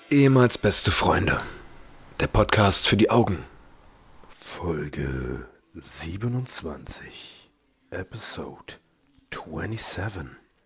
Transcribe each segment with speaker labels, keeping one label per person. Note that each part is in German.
Speaker 1: Ehemals beste Freunde. Der Podcast für die Augen.
Speaker 2: Folge 27. Episode 27.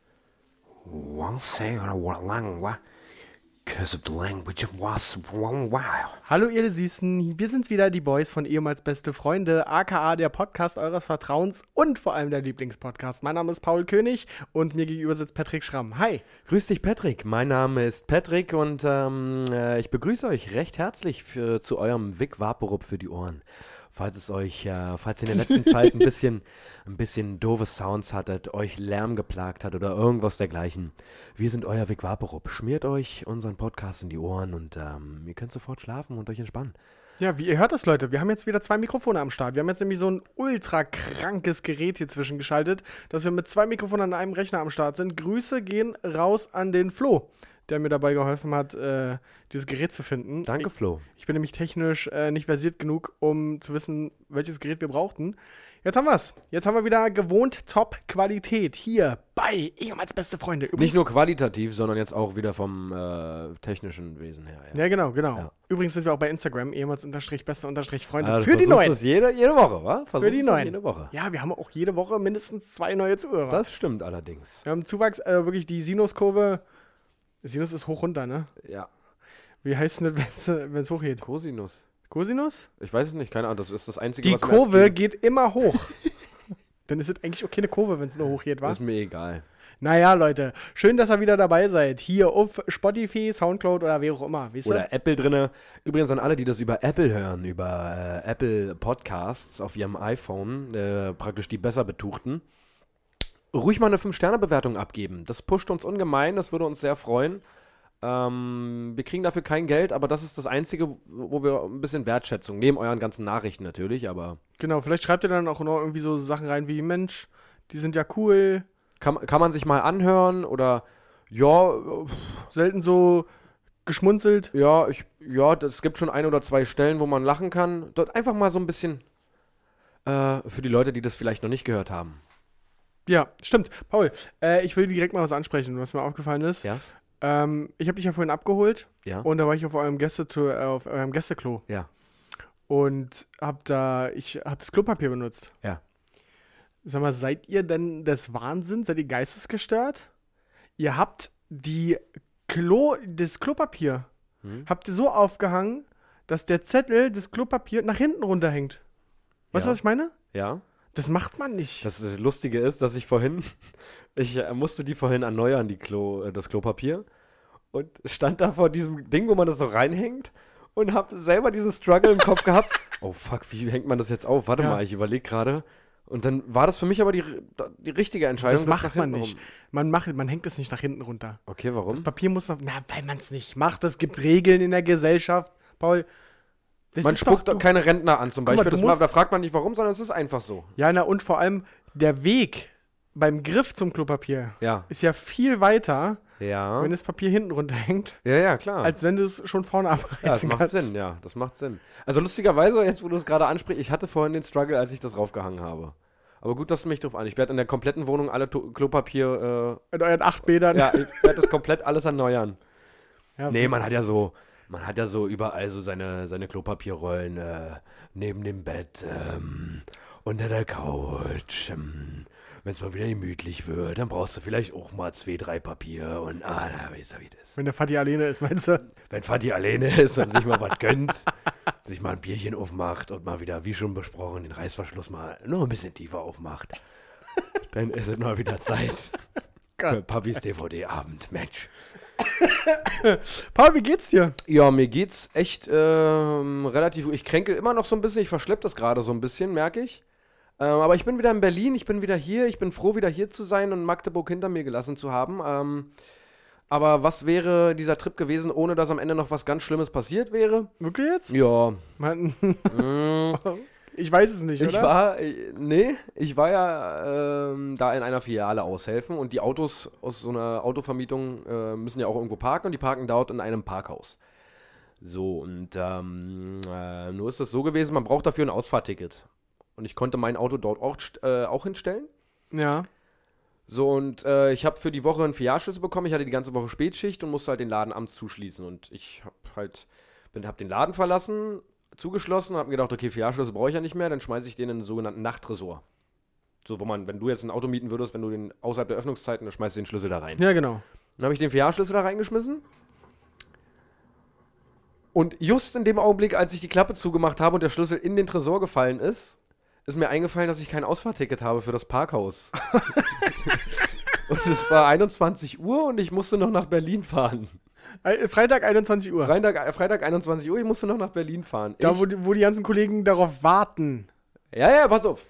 Speaker 2: Because of the language was wow.
Speaker 3: Hallo ihr Süßen, wir sind's wieder, die Boys von Ehemals beste Freunde, aka der Podcast eures Vertrauens und vor allem der Lieblingspodcast. Mein Name ist Paul König und mir gegenüber sitzt Patrick Schramm. Hi.
Speaker 4: Grüß dich, Patrick. Mein Name ist Patrick und ich begrüße euch recht herzlich zu eurem Vic Vaporub für die Ohren. Falls ihr in der letzten Zeit ein bisschen doofe Sounds hattet, euch Lärm geplagt hat oder irgendwas dergleichen. Wir sind euer Vic Vaporub. Schmiert euch unseren Podcast in die Ohren und ihr könnt sofort schlafen und euch entspannen.
Speaker 3: Ja, wie ihr hört das, Leute, wir haben jetzt wieder 2 Mikrofone am Start. Wir haben jetzt nämlich so ein ultra krankes Gerät hier zwischengeschaltet, dass wir mit 2 Mikrofonen an einem Rechner am Start sind. Grüße gehen raus an den Flo, der mir dabei geholfen hat, dieses Gerät zu finden.
Speaker 4: Danke, Flo.
Speaker 3: Ich bin nämlich technisch nicht versiert genug, um zu wissen, welches Gerät wir brauchten. Jetzt haben wir's. Jetzt haben wir wieder gewohnt Top-Qualität hier bei Ehemals beste Freunde. Übrigens,
Speaker 4: Nicht nur qualitativ, sondern jetzt auch wieder vom technischen Wesen her.
Speaker 3: Ja, genau.
Speaker 4: Ja.
Speaker 3: Übrigens sind wir auch bei Instagram, ehemals-beste-Freunde
Speaker 4: Also
Speaker 3: für die Neuen.
Speaker 4: Das jede Woche, wa?
Speaker 3: Für die Neuen.
Speaker 4: Jede Woche.
Speaker 3: Ja, wir haben auch jede Woche mindestens 2 neue Zuhörer.
Speaker 4: Das stimmt allerdings.
Speaker 3: Wir haben Zuwachs, wirklich die Sinuskurve. Sinus ist hoch runter, ne?
Speaker 4: Ja.
Speaker 3: Wie heißt es denn, wenn es hochgeht?
Speaker 4: Cosinus.
Speaker 3: Cosinus?
Speaker 4: Ich weiß es nicht, keine Ahnung, das ist das Einzige,
Speaker 3: Die
Speaker 4: was mir als
Speaker 3: Kurve
Speaker 4: Kind-
Speaker 3: geht immer hoch. Dann ist es eigentlich okay eine Kurve, wenn es nur hoch geht, wa?
Speaker 4: Ist mir egal.
Speaker 3: Naja, Leute, schön, dass ihr wieder dabei seid. Hier auf Spotify, Soundcloud oder wie auch immer. Wisst ihr?
Speaker 4: Oder Apple drinne. Übrigens an alle, die das über Apple hören, über Apple Podcasts auf ihrem iPhone, praktisch die besser betuchten, ruhig mal eine 5-Sterne-Bewertung abgeben. Das pusht uns ungemein, das würde uns sehr freuen. Wir kriegen dafür kein Geld, aber das ist das Einzige, wo wir ein bisschen Wertschätzung, neben euren ganzen Nachrichten natürlich, aber
Speaker 3: Genau, vielleicht schreibt ihr dann auch noch irgendwie so Sachen rein wie, Mensch, die sind ja cool,
Speaker 4: kann man sich mal anhören oder ja,
Speaker 3: selten so geschmunzelt.
Speaker 4: es gibt schon 1 oder 2 Stellen, wo man lachen kann. Dort einfach mal so ein bisschen für die Leute, die das vielleicht noch nicht gehört haben.
Speaker 3: Ja, stimmt. Paul, ich will direkt mal was ansprechen, was mir aufgefallen ist.
Speaker 4: Ja?
Speaker 3: Ich habe dich ja vorhin abgeholt
Speaker 4: Ja?
Speaker 3: und da war ich auf eurem Gästeklo
Speaker 4: Ja.
Speaker 3: und hab das Klopapier benutzt.
Speaker 4: Ja.
Speaker 3: Sag mal, seid ihr denn des Wahnsinns? Seid ihr geistesgestört? Ihr habt das Klopapier habt ihr so aufgehangen, dass der Zettel des Klopapier nach hinten runterhängt. Weißt du,
Speaker 4: Ja.
Speaker 3: was ich meine?
Speaker 4: Ja?
Speaker 3: Das macht man nicht.
Speaker 4: Das Lustige ist, dass ich musste die vorhin erneuern, das Klopapier, und stand da vor diesem Ding, wo man das so reinhängt und hab selber diesen Struggle im Kopf gehabt. Oh fuck, wie hängt man das jetzt auf? Warte
Speaker 3: Ja.
Speaker 4: mal, ich überlege gerade. Und dann war das für mich aber die richtige Entscheidung.
Speaker 3: Das macht
Speaker 4: nach
Speaker 3: man
Speaker 4: hinten
Speaker 3: nicht.
Speaker 4: rum.
Speaker 3: Man hängt es nicht nach hinten runter.
Speaker 4: Okay, warum?
Speaker 3: Das Papier muss weil man es nicht macht. Es gibt Regeln in der Gesellschaft, Paul. Das
Speaker 4: Man
Speaker 3: ist
Speaker 4: spuckt
Speaker 3: doch,
Speaker 4: keine Rentner an zum
Speaker 3: Guck mal,
Speaker 4: Beispiel.
Speaker 3: du musst-
Speaker 4: Da fragt man nicht warum, sondern es ist einfach so.
Speaker 3: Ja, und vor allem der Weg beim Griff zum Klopapier
Speaker 4: Ja.
Speaker 3: ist ja viel weiter,
Speaker 4: Ja.
Speaker 3: wenn das Papier hinten runterhängt,
Speaker 4: Ja, klar.
Speaker 3: als wenn du es schon vorne
Speaker 4: Ja,
Speaker 3: abreißen
Speaker 4: das macht
Speaker 3: kannst.
Speaker 4: Sinn, ja, das macht Sinn. Also lustigerweise, jetzt wo du es gerade ansprichst, ich hatte vorhin den Struggle, als ich das raufgehangen habe. Aber gut, dass du mich drauf an. Ich werde in der kompletten Wohnung alle Klopapier,
Speaker 3: In euren 8 Bädern.
Speaker 4: ja, ich werde das komplett alles erneuern.
Speaker 3: Ja,
Speaker 4: Nee, man hat ja so überall so seine Klopapierrollen neben dem Bett, unter der Couch. Wenn es mal wieder gemütlich wird, dann brauchst du vielleicht auch mal 2, 3 Papier und da weißt du, wie das ist.
Speaker 3: Wenn der Vati alleine ist, meinst du?
Speaker 4: Wenn Vati alleine ist und sich mal was gönnt, sich mal ein Bierchen aufmacht und mal wieder, wie schon besprochen, den Reißverschluss mal noch ein bisschen tiefer aufmacht, dann ist es mal wieder Zeit für Papis DVD-Abend. Mensch.
Speaker 3: Paul, wie geht's dir?
Speaker 4: Ja, mir geht's echt relativ gut. Ich kränkel immer noch so ein bisschen, ich verschleppe das gerade so ein bisschen, merke ich. Aber ich bin wieder in Berlin, ich bin wieder hier, ich bin froh, wieder hier zu sein und Magdeburg hinter mir gelassen zu haben. Aber was wäre dieser Trip gewesen, ohne dass am Ende noch was ganz Schlimmes passiert wäre?
Speaker 3: Wirklich jetzt?
Speaker 4: Ja.
Speaker 3: Man, ich weiß es nicht,
Speaker 4: Ich
Speaker 3: oder?
Speaker 4: war ja da in einer Filiale aushelfen und die Autos aus so einer Autovermietung müssen ja auch irgendwo parken und die parken dort in einem Parkhaus. So, und nur ist das so gewesen, man braucht dafür ein Ausfahrticket. Und ich konnte mein Auto dort auch hinstellen.
Speaker 3: Ja.
Speaker 4: So, und ich habe für die Woche einen Vierjahrschlüssel bekommen. Ich hatte die ganze Woche Spätschicht und musste halt den Laden abends zuschließen. Und ich hab den Laden verlassen, zugeschlossen und habe mir gedacht, okay, Vierjahrschlüssel brauche ich ja nicht mehr, dann schmeiße ich den in den sogenannten Nachttresor. So, wenn du jetzt ein Auto mieten würdest, wenn du den außerhalb der Öffnungszeiten, dann schmeißt du den Schlüssel da rein.
Speaker 3: Ja, genau.
Speaker 4: Dann habe ich den Vierjahrschlüssel da reingeschmissen. Und just in dem Augenblick, als ich die Klappe zugemacht habe und der Schlüssel in den Tresor gefallen ist mir eingefallen, dass ich kein Ausfahrticket habe für das Parkhaus. Und es war 21 Uhr und ich musste noch nach Berlin fahren.
Speaker 3: Freitag 21 Uhr.
Speaker 4: Freitag 21 Uhr, ich musste noch nach Berlin fahren.
Speaker 3: Da, wo die ganzen Kollegen darauf warten.
Speaker 4: Ja, pass auf.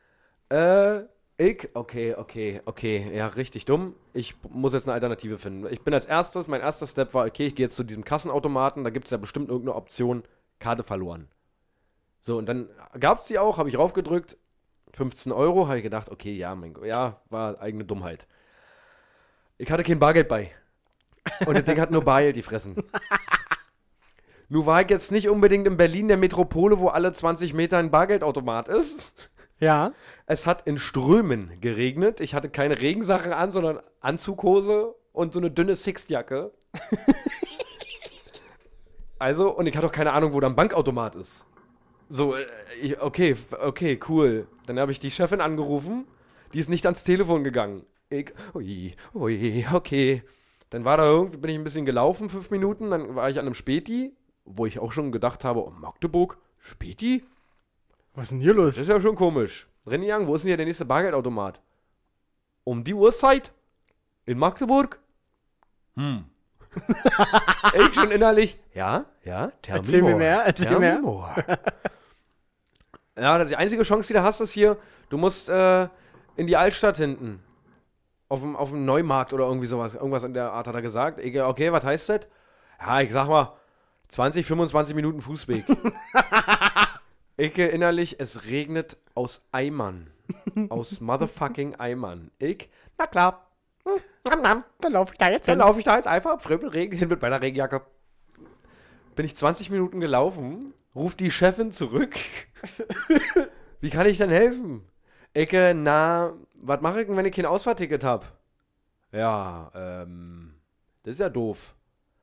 Speaker 4: Okay, ja, richtig dumm. Ich muss jetzt eine Alternative finden. Mein erster Step war, okay, ich gehe jetzt zu diesem Kassenautomaten, da gibt es ja bestimmt irgendeine Option, Karte verloren. So, und dann gab es die auch, habe ich raufgedrückt, 15 Euro, habe ich gedacht, okay, ja, war eigene Dummheit. Ich hatte kein Bargeld bei. Und das Ding hat nur Bargeld gefressen. Nun war ich jetzt nicht unbedingt in Berlin, der Metropole, wo alle 20 Meter ein Bargeldautomat ist.
Speaker 3: Ja.
Speaker 4: Es hat in Strömen geregnet. Ich hatte keine Regensachen an, sondern Anzughose und so eine dünne Sixtjacke. Und ich hatte auch keine Ahnung, wo da ein Bankautomat ist. So, okay, cool. Dann habe ich die Chefin angerufen. Die ist nicht ans Telefon gegangen. Okay. Dann bin ich ein bisschen gelaufen, 5 Minuten. Dann war ich an einem Späti, wo ich auch schon gedacht habe, oh, Magdeburg, Späti?
Speaker 3: Was ist denn hier los?
Speaker 4: Das ist ja schon komisch. René Young, wo ist denn hier der nächste Bargeldautomat? Um die Uhrzeit? In Magdeburg? Ich schon innerlich, ja,
Speaker 3: Erzähl mir mehr.
Speaker 4: Ja, die einzige Chance, die du hast, ist hier, du musst in die Altstadt hinten. Auf dem Neumarkt oder irgendwie sowas. Irgendwas in der Art hat er gesagt. Okay, was heißt das? Ja, ich sag mal, 20, 25 Minuten Fußweg. Innerlich, es regnet aus Eimern. Aus motherfucking Eimern. Na klar.
Speaker 3: Dann laufe ich da jetzt
Speaker 4: Dann laufe ich da jetzt einfach im Fröbelregen hin mit meiner Regenjacke. Bin ich 20 Minuten gelaufen, ruft die Chefin zurück. Wie kann ich denn helfen? Was mache ich denn, wenn ich kein Ausfahrticket habe? Ja, das ist ja doof.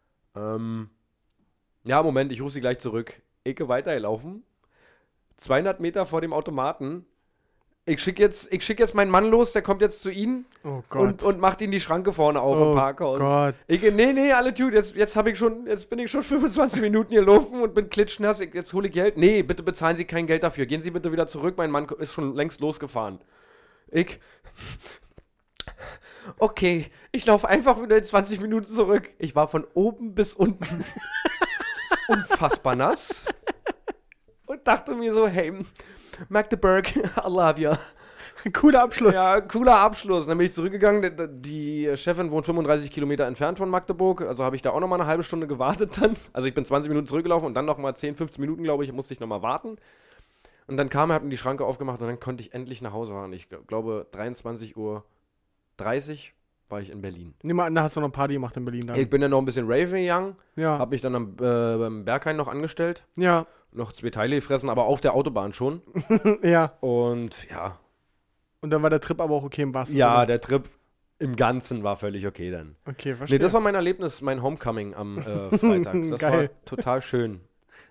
Speaker 4: Ja, Moment, ich rufe sie gleich zurück. Weitergelaufen. 200 Meter vor dem Automaten. Ich schick jetzt meinen Mann los, der kommt jetzt zu Ihnen und macht ihn die Schranke vorne auf im Parkhaus.
Speaker 3: Gott.
Speaker 4: Nee, alle Dude, jetzt bin ich schon 25 Minuten gelaufen und bin klitschnass, jetzt hole ich Geld. Nee, bitte bezahlen Sie kein Geld dafür. Gehen Sie bitte wieder zurück, mein Mann ist schon längst losgefahren. Okay, ich laufe einfach wieder in 20 Minuten zurück. Ich war von oben bis unten unfassbar nass und dachte mir so, hey, Magdeburg, I love you.
Speaker 3: Cooler Abschluss.
Speaker 4: Ja, cooler Abschluss. Dann bin ich zurückgegangen. Die Chefin wohnt 35 Kilometer entfernt von Magdeburg. Also habe ich da auch nochmal eine halbe Stunde gewartet dann. Also ich bin 20 Minuten zurückgelaufen und dann nochmal 10, 15 Minuten, glaube ich, musste ich nochmal warten. Und dann hat mir die Schranke aufgemacht und dann konnte ich endlich nach Hause fahren. Ich glaube, 23:30 Uhr war ich in Berlin.
Speaker 3: Nimm mal an, da hast du noch eine Party gemacht in Berlin dann.
Speaker 4: Ich bin dann noch ein bisschen Rave gegangen.
Speaker 3: Ja.
Speaker 4: Hab mich dann beim Berghain noch angestellt.
Speaker 3: Ja.
Speaker 4: Noch 2 Teile gefressen, aber auf der Autobahn schon.
Speaker 3: Ja.
Speaker 4: Und ja.
Speaker 3: Und dann war der Trip aber auch okay im wahrsten
Speaker 4: Ja,
Speaker 3: Sinne.
Speaker 4: der Trip im Ganzen war völlig okay dann.
Speaker 3: Okay, verstehe.
Speaker 4: Nee, das war mein Erlebnis, mein Homecoming am Freitag. Das
Speaker 3: Geil.
Speaker 4: war total schön.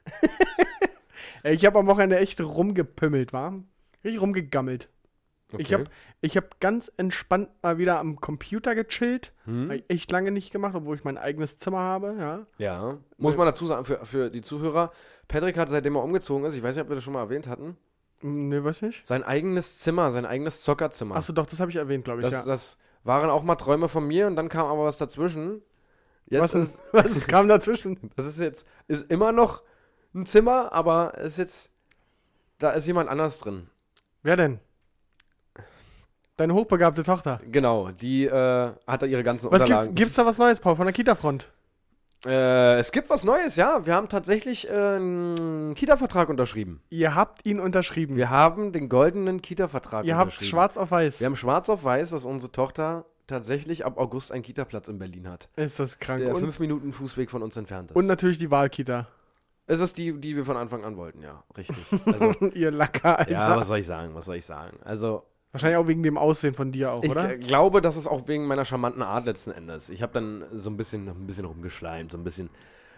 Speaker 3: Ich habe am Wochenende echt rumgepümmelt, war? Richtig rumgegammelt.
Speaker 4: Okay.
Speaker 3: Ich hab ganz entspannt mal wieder am Computer gechillt. Hab ich echt lange nicht gemacht, obwohl ich mein eigenes Zimmer habe, ja.
Speaker 4: Ja, muss man dazu sagen, für die Zuhörer, Patrick hat, seitdem er umgezogen ist, ich weiß nicht, ob wir das schon mal erwähnt hatten,
Speaker 3: Nee, weiß nicht.
Speaker 4: sein eigenes Zimmer, sein eigenes Zockerzimmer.
Speaker 3: Achso, doch, das habe ich erwähnt, glaube ich, ja.
Speaker 4: Das waren auch mal Träume von mir und dann kam aber was dazwischen.
Speaker 3: Was kam dazwischen?
Speaker 4: Das ist immer noch ein Zimmer, aber da ist jemand anders drin.
Speaker 3: Wer denn? Deine hochbegabte Tochter.
Speaker 4: Genau, die hat da ihre ganzen
Speaker 3: Was
Speaker 4: Unterlagen.
Speaker 3: gibt's da was Neues, Paul, von der Kita-Front?
Speaker 4: Es gibt was Neues, ja. Wir haben tatsächlich einen Kita-Vertrag unterschrieben.
Speaker 3: Ihr habt ihn unterschrieben.
Speaker 4: Wir haben den goldenen Kita-Vertrag
Speaker 3: Ihr habt schwarz auf weiß.
Speaker 4: Wir haben schwarz auf weiß, dass unsere Tochter tatsächlich ab August einen Kita-Platz in Berlin hat.
Speaker 3: Ist das krank.
Speaker 4: Der
Speaker 3: Und
Speaker 4: 5 Minuten Fußweg von uns entfernt ist.
Speaker 3: Und natürlich die Wahlkita.
Speaker 4: Es ist die wir von Anfang an wollten, ja. Richtig. Also,
Speaker 3: Ihr Lacker, Alter.
Speaker 4: ja, was soll ich sagen? Also,
Speaker 3: Wahrscheinlich auch wegen dem Aussehen von dir auch,
Speaker 4: Ich
Speaker 3: oder?
Speaker 4: glaube, das ist auch wegen meiner charmanten Art letzten Endes. Ich habe dann so ein bisschen rumgeschleimt, so ein bisschen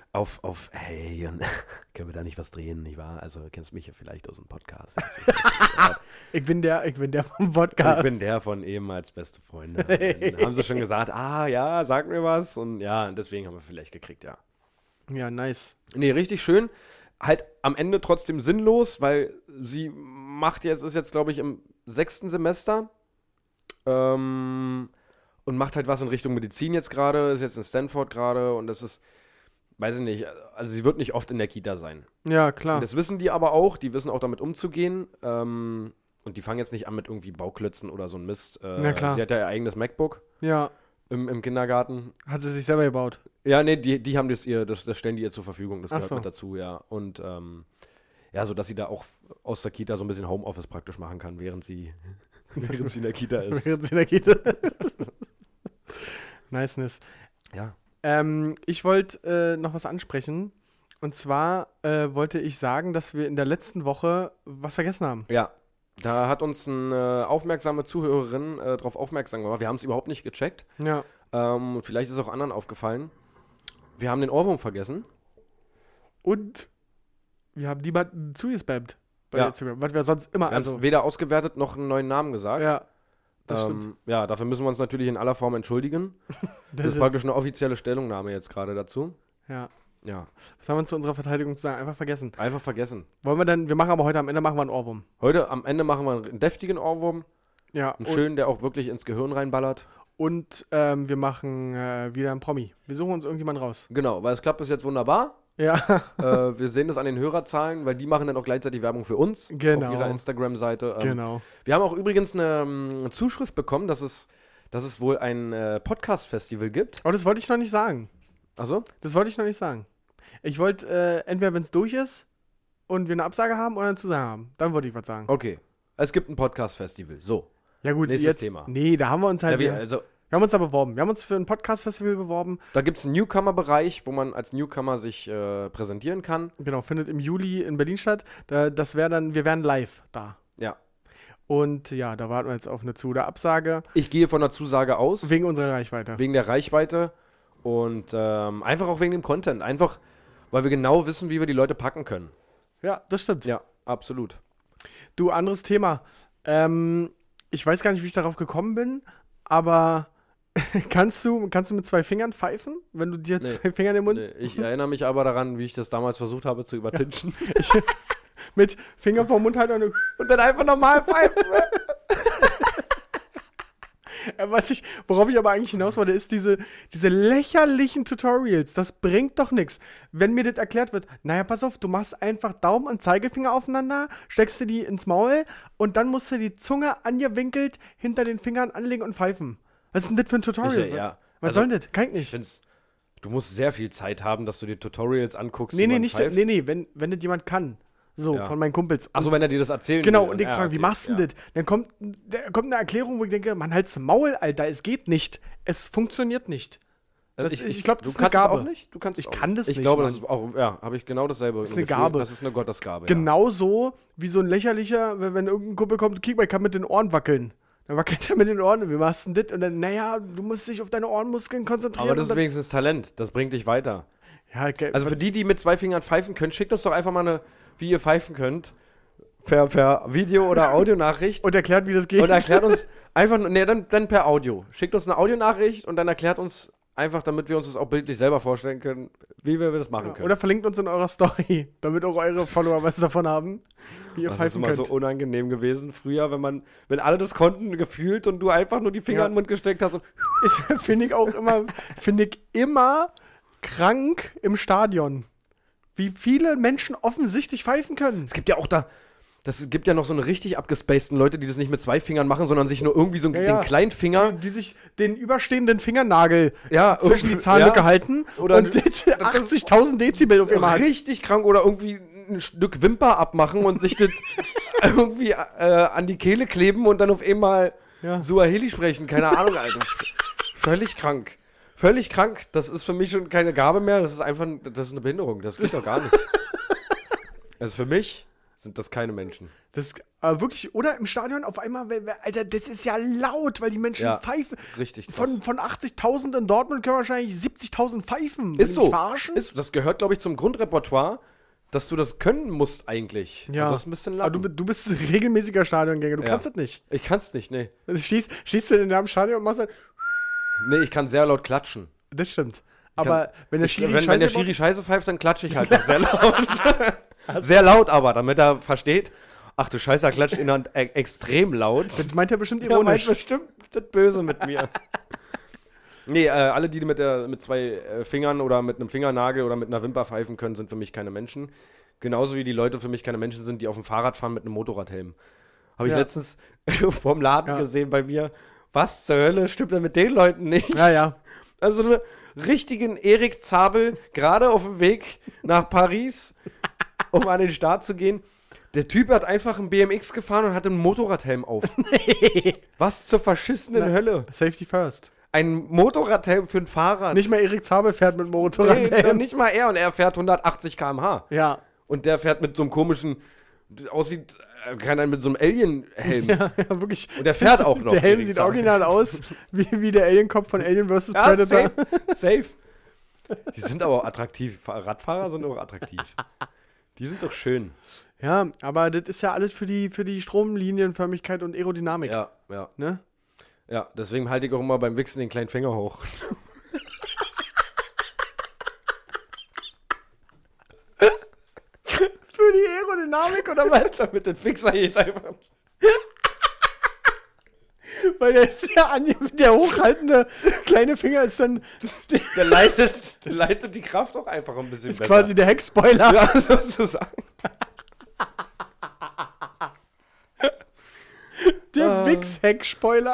Speaker 4: hey, und können wir da nicht was drehen, nicht wahr? Also, kennst mich ja vielleicht aus dem Podcast.
Speaker 3: Ich bin der vom Podcast.
Speaker 4: Ich bin der von ehemals beste Freunde. Und dann haben sie schon gesagt, ja, sag mir was. Und ja, deswegen haben wir vielleicht gekriegt, ja.
Speaker 3: Ja, nice.
Speaker 4: Nee, richtig schön. Halt am Ende trotzdem sinnlos, weil sie ist jetzt, glaube ich, im 6. Semester und macht halt was in Richtung Medizin jetzt gerade, ist jetzt in Stanford gerade und das ist, weiß ich nicht, also sie wird nicht oft in der Kita sein.
Speaker 3: Ja, klar.
Speaker 4: Und das wissen die aber auch, die wissen auch damit umzugehen und die fangen jetzt nicht an mit irgendwie Bauklötzen oder so ein Mist.
Speaker 3: Na klar.
Speaker 4: Sie hat ja ihr eigenes MacBook
Speaker 3: Ja,
Speaker 4: im Kindergarten.
Speaker 3: hat sie sich selber gebaut.
Speaker 4: Ja, nee, die haben das stellen die ihr zur Verfügung, das
Speaker 3: Ach
Speaker 4: gehört
Speaker 3: so.
Speaker 4: mit dazu, ja. Und ja, so dass sie da auch aus der Kita so ein bisschen Homeoffice praktisch machen kann, während sie in der Kita ist.
Speaker 3: Während sie in der Kita ist. Niceness.
Speaker 4: Ja.
Speaker 3: Ich wollte noch was ansprechen. Und zwar wollte ich sagen, dass wir in der letzten Woche was vergessen haben.
Speaker 4: Ja. Da hat uns eine aufmerksame Zuhörerin darauf aufmerksam gemacht. Wir haben es überhaupt nicht gecheckt.
Speaker 3: Ja.
Speaker 4: Vielleicht ist es auch anderen aufgefallen. Wir haben den Ohrwurm vergessen.
Speaker 3: Und wir haben niemanden zugespammt bei
Speaker 4: Ja.
Speaker 3: Instagram, was wir sonst immer,
Speaker 4: Wir haben es weder ausgewertet noch einen neuen Namen gesagt.
Speaker 3: ja, das stimmt.
Speaker 4: Ja, dafür müssen wir uns natürlich in aller Form entschuldigen. Das ist praktisch eine offizielle Stellungnahme jetzt gerade dazu.
Speaker 3: Ja.
Speaker 4: Ja,
Speaker 3: Was haben wir zu unserer Verteidigung zu sagen? Einfach vergessen.
Speaker 4: einfach vergessen.
Speaker 3: Wollen wir dann, wir machen aber heute am Ende machen wir einen Ohrwurm.
Speaker 4: Heute am Ende machen wir einen deftigen Ohrwurm.
Speaker 3: Ja,
Speaker 4: Einen schönen, der auch wirklich ins Gehirn reinballert.
Speaker 3: und wir machen wieder einen Promi. Wir suchen uns irgendjemanden raus.
Speaker 4: Genau, weil es klappt bis jetzt wunderbar.
Speaker 3: Ja,
Speaker 4: Wir sehen das an den Hörerzahlen, weil die machen dann auch gleichzeitig Werbung für uns
Speaker 3: Genau.
Speaker 4: auf ihrer Instagram-Seite.
Speaker 3: genau.
Speaker 4: Wir haben auch übrigens eine Zuschrift bekommen, dass es wohl ein Podcast-Festival gibt.
Speaker 3: Aber das wollte ich noch nicht sagen.
Speaker 4: Achso?
Speaker 3: Das wollte ich noch nicht sagen. Ich wollte entweder, wenn es durch ist und wir eine Absage haben oder eine Zusage haben. Dann wollte ich was sagen.
Speaker 4: Okay. Es gibt ein Podcast-Festival. So.
Speaker 3: Ja gut,
Speaker 4: Nächstes
Speaker 3: jetzt,
Speaker 4: Thema.
Speaker 3: Nee, da haben wir uns halt,
Speaker 4: Ja,
Speaker 3: wir
Speaker 4: also,
Speaker 3: haben uns da beworben. Wir haben uns für ein Podcast-Festival beworben.
Speaker 4: da gibt es einen Newcomer-Bereich, wo man als Newcomer sich präsentieren kann.
Speaker 3: Genau, findet im Juli in Berlin statt. Das wäre dann, wir wären live da.
Speaker 4: Ja.
Speaker 3: Und ja, da warten wir jetzt auf eine Zu- oder Absage.
Speaker 4: Ich gehe von der Zusage aus.
Speaker 3: Wegen unserer Reichweite.
Speaker 4: Wegen der Reichweite und einfach auch wegen dem Content. Einfach, weil wir genau wissen, wie wir die Leute packen können.
Speaker 3: Ja, das stimmt.
Speaker 4: Ja, absolut.
Speaker 3: Du, anderes Thema. Ich weiß gar nicht, wie ich darauf gekommen bin, aber kannst du mit 2 Fingern pfeifen, wenn du dir
Speaker 4: Nee.
Speaker 3: 2 Finger in den Mund...
Speaker 4: Nee, ich erinnere mich aber daran, wie ich das damals versucht habe zu übertünchen.
Speaker 3: Mit Finger vorm Mund halten und dann einfach normal pfeifen. Worauf ich aber eigentlich hinaus wollte, ist diese lächerlichen Tutorials. Das bringt doch nichts. Wenn mir das erklärt wird, naja, pass auf, du machst einfach Daumen und Zeigefinger aufeinander, steckst du die ins Maul und dann musst du die Zunge angewinkelt hinter den Fingern anlegen und pfeifen. Was ist denn das für ein Tutorial?
Speaker 4: Ja.
Speaker 3: Was
Speaker 4: Also,
Speaker 3: soll denn das? Kann ich
Speaker 4: Ich
Speaker 3: nicht.
Speaker 4: finde du musst sehr viel Zeit haben, dass du dir Tutorials anguckst.
Speaker 3: Nee,
Speaker 4: wie man
Speaker 3: nicht.
Speaker 4: pfeift.
Speaker 3: Nee, wenn das jemand kann. So,
Speaker 4: Ja.
Speaker 3: von meinen Kumpels.
Speaker 4: Achso, wenn er dir das erzählen
Speaker 3: Genau,
Speaker 4: will.
Speaker 3: und ich
Speaker 4: Ja,
Speaker 3: frage, wie
Speaker 4: okay,
Speaker 3: machst du
Speaker 4: ja.
Speaker 3: denn das? Dann kommt eine Erklärung, wo ich denke, man, halt's Maul, Alter, es geht nicht. Es funktioniert nicht.
Speaker 4: Also
Speaker 3: ich glaube, das
Speaker 4: du
Speaker 3: ist eine
Speaker 4: kannst es
Speaker 3: Gabe.
Speaker 4: auch nicht? Du kannst es
Speaker 3: Ich
Speaker 4: auch
Speaker 3: kann
Speaker 4: nicht.
Speaker 3: das
Speaker 4: Ich
Speaker 3: nicht,
Speaker 4: glaube,
Speaker 3: Mann.
Speaker 4: das ist auch, ja, habe ich genau dasselbe.
Speaker 3: Das ist eine
Speaker 4: Gefühl.
Speaker 3: Gabe.
Speaker 4: Das ist eine Gottesgabe.
Speaker 3: Genauso wie so ein lächerlicher, wenn irgendein Kumpel kommt, guck mal, ich kann mit den Ohren wackeln. Dann wackelt er mit den Ohren und wie machst du denn das? Und dann, naja, du musst dich auf deine Ohrenmuskeln
Speaker 4: Ja.
Speaker 3: konzentrieren.
Speaker 4: Aber das ist
Speaker 3: und
Speaker 4: wenigstens Talent. Das bringt dich weiter.
Speaker 3: dann, ja, okay,
Speaker 4: Also für die mit 2 Fingern pfeifen können, schickt uns doch einfach mal wie ihr pfeifen könnt. Per Video- oder Audionachricht.
Speaker 3: und erklärt, wie das geht.
Speaker 4: Und erklärt uns einfach, dann per Audio. Schickt uns eine Audionachricht und dann erklärt uns einfach, damit wir uns das auch bildlich selber vorstellen können, wie wir das machen können.
Speaker 3: Oder verlinkt uns in eurer Story, damit auch eure Follower was davon haben, wie ihr
Speaker 4: das ist
Speaker 3: pfeifen
Speaker 4: immer
Speaker 3: könnt.
Speaker 4: so unangenehm gewesen früher, wenn alle das konnten, gefühlt und du einfach nur die Finger
Speaker 3: Ja.
Speaker 4: in den Mund gesteckt hast und
Speaker 3: Finde ich immer krank im Stadion. Wie viele Menschen offensichtlich pfeifen können.
Speaker 4: es gibt ja auch es gibt ja noch so eine richtig abgespaceden Leute, die das nicht mit 2 Fingern machen, sondern sich nur irgendwie so
Speaker 3: Ja,
Speaker 4: den
Speaker 3: ja.
Speaker 4: kleinen Finger
Speaker 3: Die sich den überstehenden Fingernagel
Speaker 4: Ja,
Speaker 3: zwischen die
Speaker 4: irgendwie-
Speaker 3: Zahnlücke
Speaker 4: ja.
Speaker 3: halten
Speaker 4: Oder-
Speaker 3: und 80.000 Dezibel auf einmal hat.
Speaker 4: richtig krank oder irgendwie ein Stück Wimper abmachen und sich das irgendwie an die Kehle kleben und dann auf einmal
Speaker 3: Ja.
Speaker 4: Suaheli sprechen. Keine Ahnung, Alter. Völlig krank. Völlig krank. Das ist für mich schon keine Gabe mehr. Das ist einfach das ist eine Behinderung. Das geht doch gar nicht. Also für mich sind das keine Menschen.
Speaker 3: Das wirklich, oder im Stadion auf einmal, Alter, das ist ja laut, weil die Menschen
Speaker 4: Ja,
Speaker 3: pfeifen.
Speaker 4: richtig krass.
Speaker 3: Von 80.000 in Dortmund können wahrscheinlich 70.000 pfeifen.
Speaker 4: Ist so.
Speaker 3: Verarschen?
Speaker 4: Das gehört, glaube ich, zum Grundrepertoire, dass du das können musst eigentlich.
Speaker 3: Ja.
Speaker 4: Das ist ein bisschen
Speaker 3: Aber
Speaker 4: laut.
Speaker 3: du bist ein regelmäßiger Stadiongänger, du kannst das nicht.
Speaker 4: Ich kann's nicht, nee.
Speaker 3: Stehst du in deinem Stadion und machst halt,
Speaker 4: Nee, ich kann sehr laut klatschen.
Speaker 3: das stimmt. Aber wenn der Schiri
Speaker 4: Wenn der Schiri Scheiße pfeift, dann klatsche ich halt auch sehr laut. Sehr laut aber, damit er versteht, ach du Scheiße, er klatscht extrem laut.
Speaker 3: das meint er bestimmt
Speaker 4: Ja, meint
Speaker 3: ironisch.
Speaker 4: bestimmt das Böse mit mir. Nee, alle, die mit zwei Fingern oder mit einem Fingernagel oder mit einer Wimper pfeifen können, sind für mich keine Menschen. Genauso wie die Leute für mich keine Menschen sind, die auf dem Fahrrad fahren mit einem Motorradhelm. Habe ich
Speaker 3: Ja.
Speaker 4: letztens vorm Laden gesehen bei mir. Was zur Hölle stimmt denn mit den Leuten nicht?
Speaker 3: Ja.
Speaker 4: Also einen richtigen Erik Zabel, gerade auf dem Weg nach Paris, um an den Start zu gehen. Der Typ hat einfach einen BMX gefahren und hatte einen Motorradhelm auf. Was zur verschissenen Hölle.
Speaker 3: Safety first.
Speaker 4: Ein Motorradhelm für ein Fahrrad.
Speaker 3: Nicht mal Erik Zabel fährt mit
Speaker 4: Nee,
Speaker 3: Motorradhelm.
Speaker 4: nicht mal er. Und er fährt 180 km/h.
Speaker 3: Ja.
Speaker 4: Und der fährt mit so einem komischen, aussieht, mit so einem Alien-Helm.
Speaker 3: Ja, wirklich.
Speaker 4: Und der fährt auch noch.
Speaker 3: Der Helm
Speaker 4: Erik
Speaker 3: sieht
Speaker 4: Zabel.
Speaker 3: original aus, wie der Alien-Kopf von Alien vs.
Speaker 4: Ja,
Speaker 3: Predator.
Speaker 4: safe. Die sind aber auch attraktiv. Radfahrer sind auch attraktiv. Die sind doch schön.
Speaker 3: Ja, aber das ist ja alles für die Stromlinienförmigkeit und Aerodynamik.
Speaker 4: Ja.
Speaker 3: Ne?
Speaker 4: Ja, deswegen halte ich auch immer beim Wichsen den kleinen Finger hoch.
Speaker 3: Für die Aerodynamik oder was?
Speaker 4: Damit der Fixer geht einfach.
Speaker 3: Weil der hochhaltende kleine Finger ist dann
Speaker 4: Der leitet die Kraft auch einfach ein bisschen besser.
Speaker 3: quasi der Heckspoiler.
Speaker 4: Ja, sozusagen.
Speaker 3: Der Wix-Heckspoiler.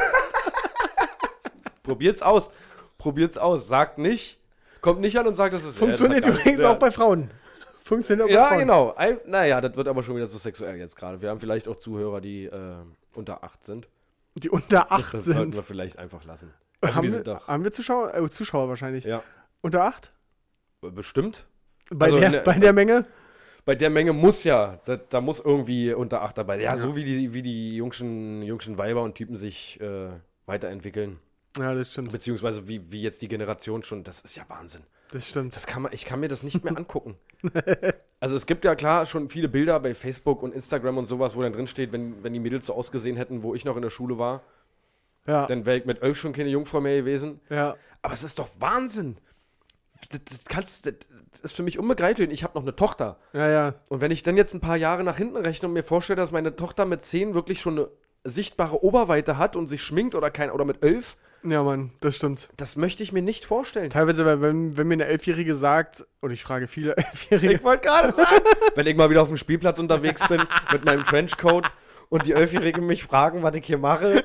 Speaker 4: Probiert's aus. Sagt nicht. Kommt nicht an und sagt, das ist
Speaker 3: Funktioniert
Speaker 4: das hat gar
Speaker 3: übrigens
Speaker 4: nicht-
Speaker 3: auch bei Frauen. Funktioniert auch bei
Speaker 4: Ja,
Speaker 3: Frauen.
Speaker 4: genau. Naja, das wird aber schon wieder zu sexuell jetzt gerade. Wir haben vielleicht auch Zuhörer, die unter 8 sind.
Speaker 3: Die unter 8
Speaker 4: Das sollten
Speaker 3: sind.
Speaker 4: wir vielleicht einfach lassen.
Speaker 3: Haben wir Zuschauer? Zuschauer wahrscheinlich.
Speaker 4: Ja,
Speaker 3: Unter 8?
Speaker 4: bestimmt.
Speaker 3: Bei,
Speaker 4: Also
Speaker 3: bei der Menge?
Speaker 4: Bei der Menge muss ja, da muss irgendwie unter 8 dabei. Ja, so wie die jungschen Weiber und Typen sich weiterentwickeln.
Speaker 3: Ja, das stimmt.
Speaker 4: Beziehungsweise wie jetzt die Generation schon, das ist ja Wahnsinn.
Speaker 3: Das stimmt.
Speaker 4: Ich kann mir das nicht mehr angucken. Also es gibt ja klar schon viele Bilder bei Facebook und Instagram und sowas, wo dann drin steht, wenn die Mädels so ausgesehen hätten, wo ich noch in der Schule war,
Speaker 3: Ja.
Speaker 4: dann wäre ich mit 11 schon keine Jungfrau mehr gewesen.
Speaker 3: Ja.
Speaker 4: Aber es ist doch Wahnsinn. Das ist für mich unbegreiflich. Ich habe noch eine Tochter.
Speaker 3: Ja.
Speaker 4: Und wenn ich dann jetzt ein paar Jahre nach hinten rechne und mir vorstelle, dass meine Tochter mit 10 wirklich schon eine sichtbare Oberweite hat und sich schminkt oder mit 11,
Speaker 3: Ja, Mann, das stimmt.
Speaker 4: das möchte ich mir nicht vorstellen.
Speaker 3: Teilweise, wenn mir eine 11-Jährige sagt, und ich frage viele 11-Jährige,
Speaker 4: Ich wollte gerade sagen, wenn ich mal wieder auf dem Spielplatz unterwegs bin mit meinem Trenchcoat und die 11-Jährigen mich fragen, was ich hier mache.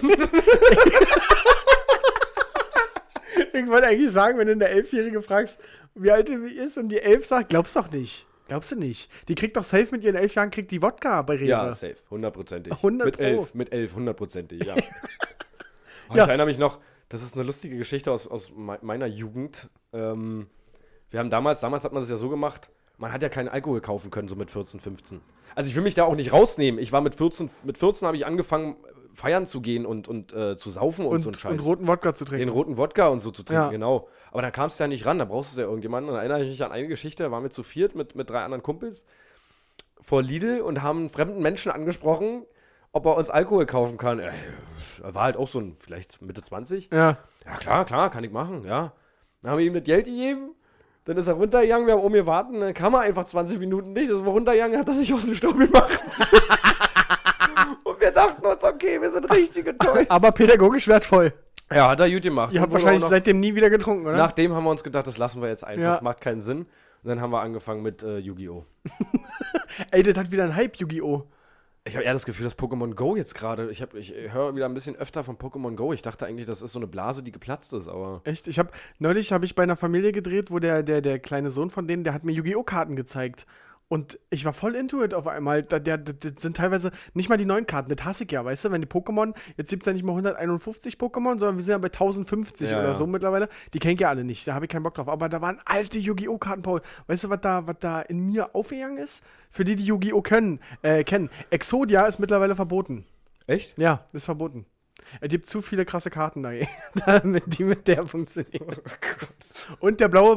Speaker 3: ich wollte eigentlich sagen, wenn du eine 11-Jährige fragst, wie alt die ist und die 11 sagt, glaubst doch nicht. Glaubst du nicht? Die kriegt doch safe mit ihren 11 Jahren, kriegt die Wodka bei Rewe.
Speaker 4: Ja, safe, 100%ig.
Speaker 3: 100
Speaker 4: Mit 11, 100%ig, ja. Oh,
Speaker 3: Ja.
Speaker 4: Ich erinnere mich noch, das ist eine lustige Geschichte aus meiner Jugend. Wir haben damals hat man das ja so gemacht, man hat ja keinen Alkohol kaufen können, so mit 14, 15. Also ich will mich da auch nicht rausnehmen. Ich war mit 14 habe ich angefangen, feiern zu gehen und zu saufen und so ein Scheiß.
Speaker 3: Und roten Wodka zu
Speaker 4: Den
Speaker 3: trinken.
Speaker 4: roten Wodka und so zu trinken,
Speaker 3: Ja.
Speaker 4: genau. Aber da kamst du ja nicht ran, da brauchst du ja irgendjemanden. Und da erinnere ich mich an eine Geschichte, da waren wir zu viert mit 3 anderen Kumpels vor Lidl und haben einen fremden Menschen angesprochen, ob er uns Alkohol kaufen kann. Er war halt auch so ein, vielleicht Mitte 20.
Speaker 3: Ja.
Speaker 4: Ja, klar, kann ich machen, ja. Dann haben wir ihm das Geld gegeben, dann ist er runtergegangen, wir haben um gewartet, dann kam er einfach 20 Minuten nicht, das war runtergegangen, hat er sich aus dem Staub gemacht. Und wir dachten uns, okay, wir sind richtig enttäuscht.
Speaker 3: Aber pädagogisch wertvoll.
Speaker 4: Ja, hat er gut gemacht.
Speaker 3: Ihr habt
Speaker 4: Und wurde
Speaker 3: wahrscheinlich
Speaker 4: auch noch-
Speaker 3: seitdem nie wieder getrunken, oder?
Speaker 4: Nachdem haben wir uns gedacht, das lassen wir jetzt einfach,
Speaker 3: Ja.
Speaker 4: das macht keinen Sinn. Und dann haben wir angefangen mit Yu-Gi-Oh!
Speaker 3: Ey, das hat wieder einen Hype, Yu-Gi-Oh!
Speaker 4: Ich habe eher das Gefühl, dass Pokémon Go jetzt gerade, ich höre wieder ein bisschen öfter von Pokémon Go. Ich dachte eigentlich, das ist so eine Blase, die geplatzt ist, aber
Speaker 3: Echt? Neulich habe ich bei einer Familie gedreht, wo der kleine Sohn von denen, der hat mir Yu-Gi-Oh! Karten gezeigt. Und ich war voll into it auf einmal. Das sind teilweise nicht mal die neuen Karten. Das hasse ich ja, weißt du? Wenn die Pokémon, jetzt gibt es ja nicht mal 151 Pokémon, sondern wir sind ja bei 1050 oder so mittlerweile. Die kenn ich ja alle nicht, da habe ich keinen Bock drauf. Aber da waren alte Yu-Gi-Oh! Karten, Paul. Weißt du, was da in mir aufgegangen ist? Für die Yu-Gi-Oh! kennen. Exodia ist mittlerweile verboten.
Speaker 4: Echt?
Speaker 3: Ja, ist verboten. Es gibt zu viele krasse Karten da, die mit der funktionieren. Und der blaue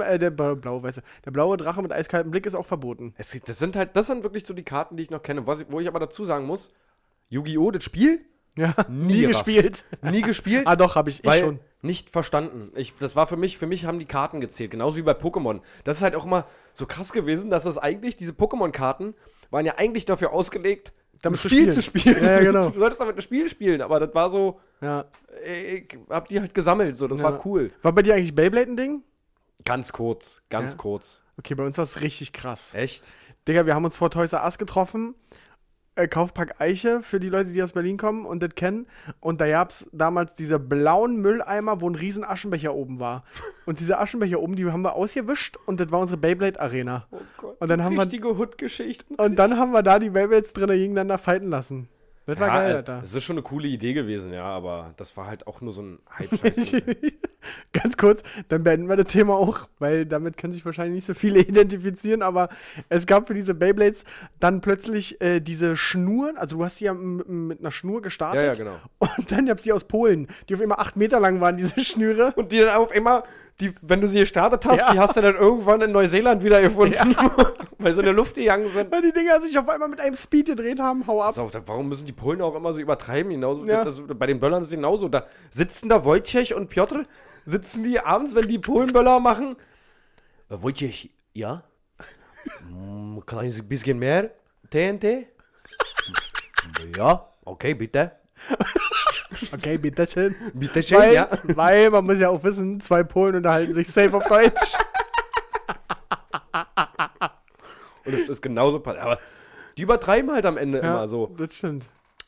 Speaker 3: Drache mit eiskaltem Blick ist auch verboten.
Speaker 4: Das sind wirklich so die Karten, die ich noch kenne. Wo ich aber dazu sagen muss, Yu-Gi-Oh! Das Spiel?
Speaker 3: Ja,
Speaker 4: Nie gerafft.
Speaker 3: gespielt.
Speaker 4: Nie gespielt?
Speaker 3: Ah doch, habe ich schon.
Speaker 4: Nicht verstanden. Das war für mich haben die Karten gezählt, genauso wie bei Pokémon. Das ist halt auch immer so krass gewesen, dass das eigentlich, diese Pokémon-Karten waren ja eigentlich dafür ausgelegt,
Speaker 3: damit
Speaker 4: zu spielen.
Speaker 3: Ja, genau.
Speaker 4: Du solltest damit ein Spiel spielen, aber das war so,
Speaker 3: Ja.
Speaker 4: ich hab die halt gesammelt, so, das war cool.
Speaker 3: War bei dir eigentlich Beyblade ein Ding?
Speaker 4: Ganz kurz.
Speaker 3: Okay, bei uns war es richtig krass.
Speaker 4: Echt?
Speaker 3: Digga, wir haben uns vor Toys R Us getroffen. Kaufpark Eiche, für die Leute, die aus Berlin kommen und das kennen. Und da gab es damals diese blauen Mülleimer, wo ein riesen Aschenbecher oben war. Und diese Aschenbecher oben, die haben wir ausgewischt und das war unsere Beyblade-Arena.
Speaker 4: Oh Gott,
Speaker 3: und dann
Speaker 4: richtige Hood-Geschichten.
Speaker 3: Und dann haben wir da die Beyblades drin gegeneinander fighten lassen. Das war geil, Alter.
Speaker 4: Das ist schon eine coole Idee gewesen, ja, aber das war halt auch nur so ein Hype-Scheiß.
Speaker 3: Ganz kurz, dann beenden wir das Thema auch, weil damit können sich wahrscheinlich nicht so viele identifizieren, aber es gab für diese Beyblades dann plötzlich diese Schnuren, also du hast die ja mit einer Schnur gestartet.
Speaker 4: Ja, genau.
Speaker 3: Und dann gab es die aus Polen, die auf immer 8 Meter lang waren, diese Schnüre.
Speaker 4: Und die dann auf immer, wenn du sie gestartet hast, die hast du dann irgendwann in Neuseeland wieder gefunden, weil sie in der Luft gegangen sind.
Speaker 3: Weil die Dinger sich auf einmal mit einem Speed gedreht haben, hau ab.
Speaker 4: Warum müssen die Polen auch immer so übertreiben? Genauso, bei den Böllern ist es genauso. Da sitzen da Wojciech und Piotr, sitzen die abends, wenn die Polenböller machen. Wojciech, ja? Kann ich ein bisschen mehr TNT? Ja, okay, bitte.
Speaker 3: Okay, bitteschön.
Speaker 4: Bitteschön,
Speaker 3: weil, weil man muss ja auch wissen, 2 Polen unterhalten sich safe auf Deutsch.
Speaker 4: Und es ist genauso passiert. Aber die übertreiben halt am Ende immer so.
Speaker 3: Das stimmt.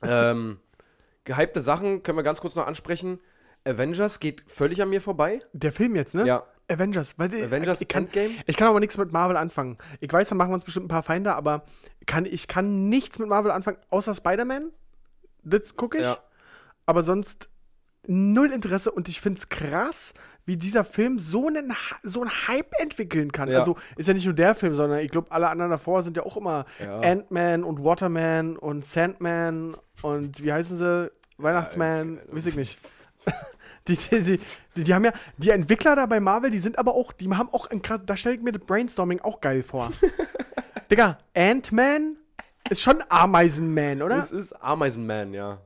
Speaker 4: Gehypte Sachen können wir ganz kurz noch ansprechen. Avengers geht völlig an mir vorbei.
Speaker 3: Der Film jetzt, ne?
Speaker 4: Ja.
Speaker 3: Avengers.
Speaker 4: Avengers Endgame?
Speaker 3: Ich kann aber nichts mit Marvel anfangen. Ich weiß, da machen wir uns bestimmt ein paar Feinde, aber ich kann nichts mit Marvel anfangen, außer Spider-Man. Das gucke ich.
Speaker 4: Ja.
Speaker 3: Aber sonst null Interesse und ich finde es krass, wie dieser Film so einen Hype entwickeln kann.
Speaker 4: Ja.
Speaker 3: Also ist ja nicht nur der Film, sondern ich glaube, alle anderen davor sind ja auch immer Ant-Man und Waterman und Sandman und wie heißen sie? Weihnachtsman, weiß ich nicht. Die haben ja, die Entwickler da bei Marvel, die sind aber auch, die haben auch ein krass, da stelle ich mir das Brainstorming auch geil vor. Digga, Ant-Man ist schon Ameisenman, oder?
Speaker 4: Das ist Ameisenman, ja.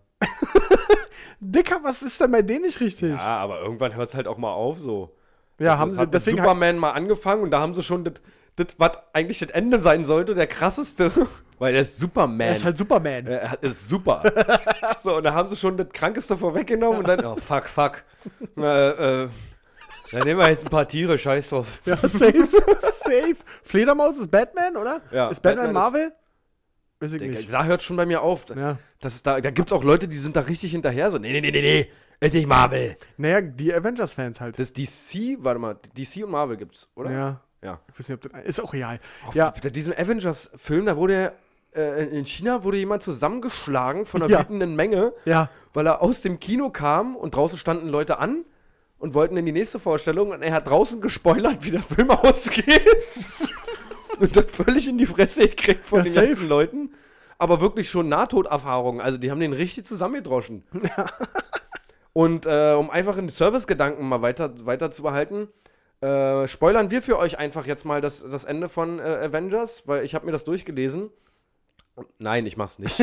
Speaker 3: Dicker, was ist denn bei denen nicht richtig?
Speaker 4: Ja, aber irgendwann hört es halt auch mal auf so.
Speaker 3: Ja, haben
Speaker 4: das
Speaker 3: sie
Speaker 4: hat mit
Speaker 3: deswegen
Speaker 4: Superman mal angefangen und da haben sie schon das, was eigentlich das Ende sein sollte, der krasseste, weil er ist Superman.
Speaker 3: Er ist halt Superman.
Speaker 4: Er ist super. So, und da haben sie schon das Krankeste vorweggenommen und dann, oh, fuck. Dann nehmen wir jetzt ein paar Tiere, scheiß drauf.
Speaker 3: Ja, safe. Fledermaus ist Batman, oder?
Speaker 4: Ja,
Speaker 3: ist Batman Marvel? Weiß ich nicht.
Speaker 4: Da hört schon bei mir auf.
Speaker 3: Ja.
Speaker 4: Da gibt's auch Leute, die sind da richtig hinterher, so, nee, ist nicht Marvel.
Speaker 3: Naja, die Avengers-Fans halt.
Speaker 4: Das DC, warte mal, DC und Marvel gibt's, oder?
Speaker 3: Ja.
Speaker 4: Ja.
Speaker 3: Ich weiß nicht, ob das, ist auch real.
Speaker 4: Auf diesem Avengers-Film, da wurde in China wurde jemand zusammengeschlagen von einer wütenden Menge, weil er aus dem Kino kam und draußen standen Leute an und wollten in die nächste Vorstellung und er hat draußen gespoilert, wie der Film ausgeht. Und das völlig in die Fresse gekriegt von den ganzen Leuten. Aber wirklich schon Nahtoderfahrungen. Also die haben den richtig zusammengedroschen. Ja. Und um einfach den Service-Gedanken mal weiter zu behalten, spoilern wir für euch einfach jetzt mal das Ende von Avengers, weil ich habe mir das durchgelesen. Nein, ich mach's nicht.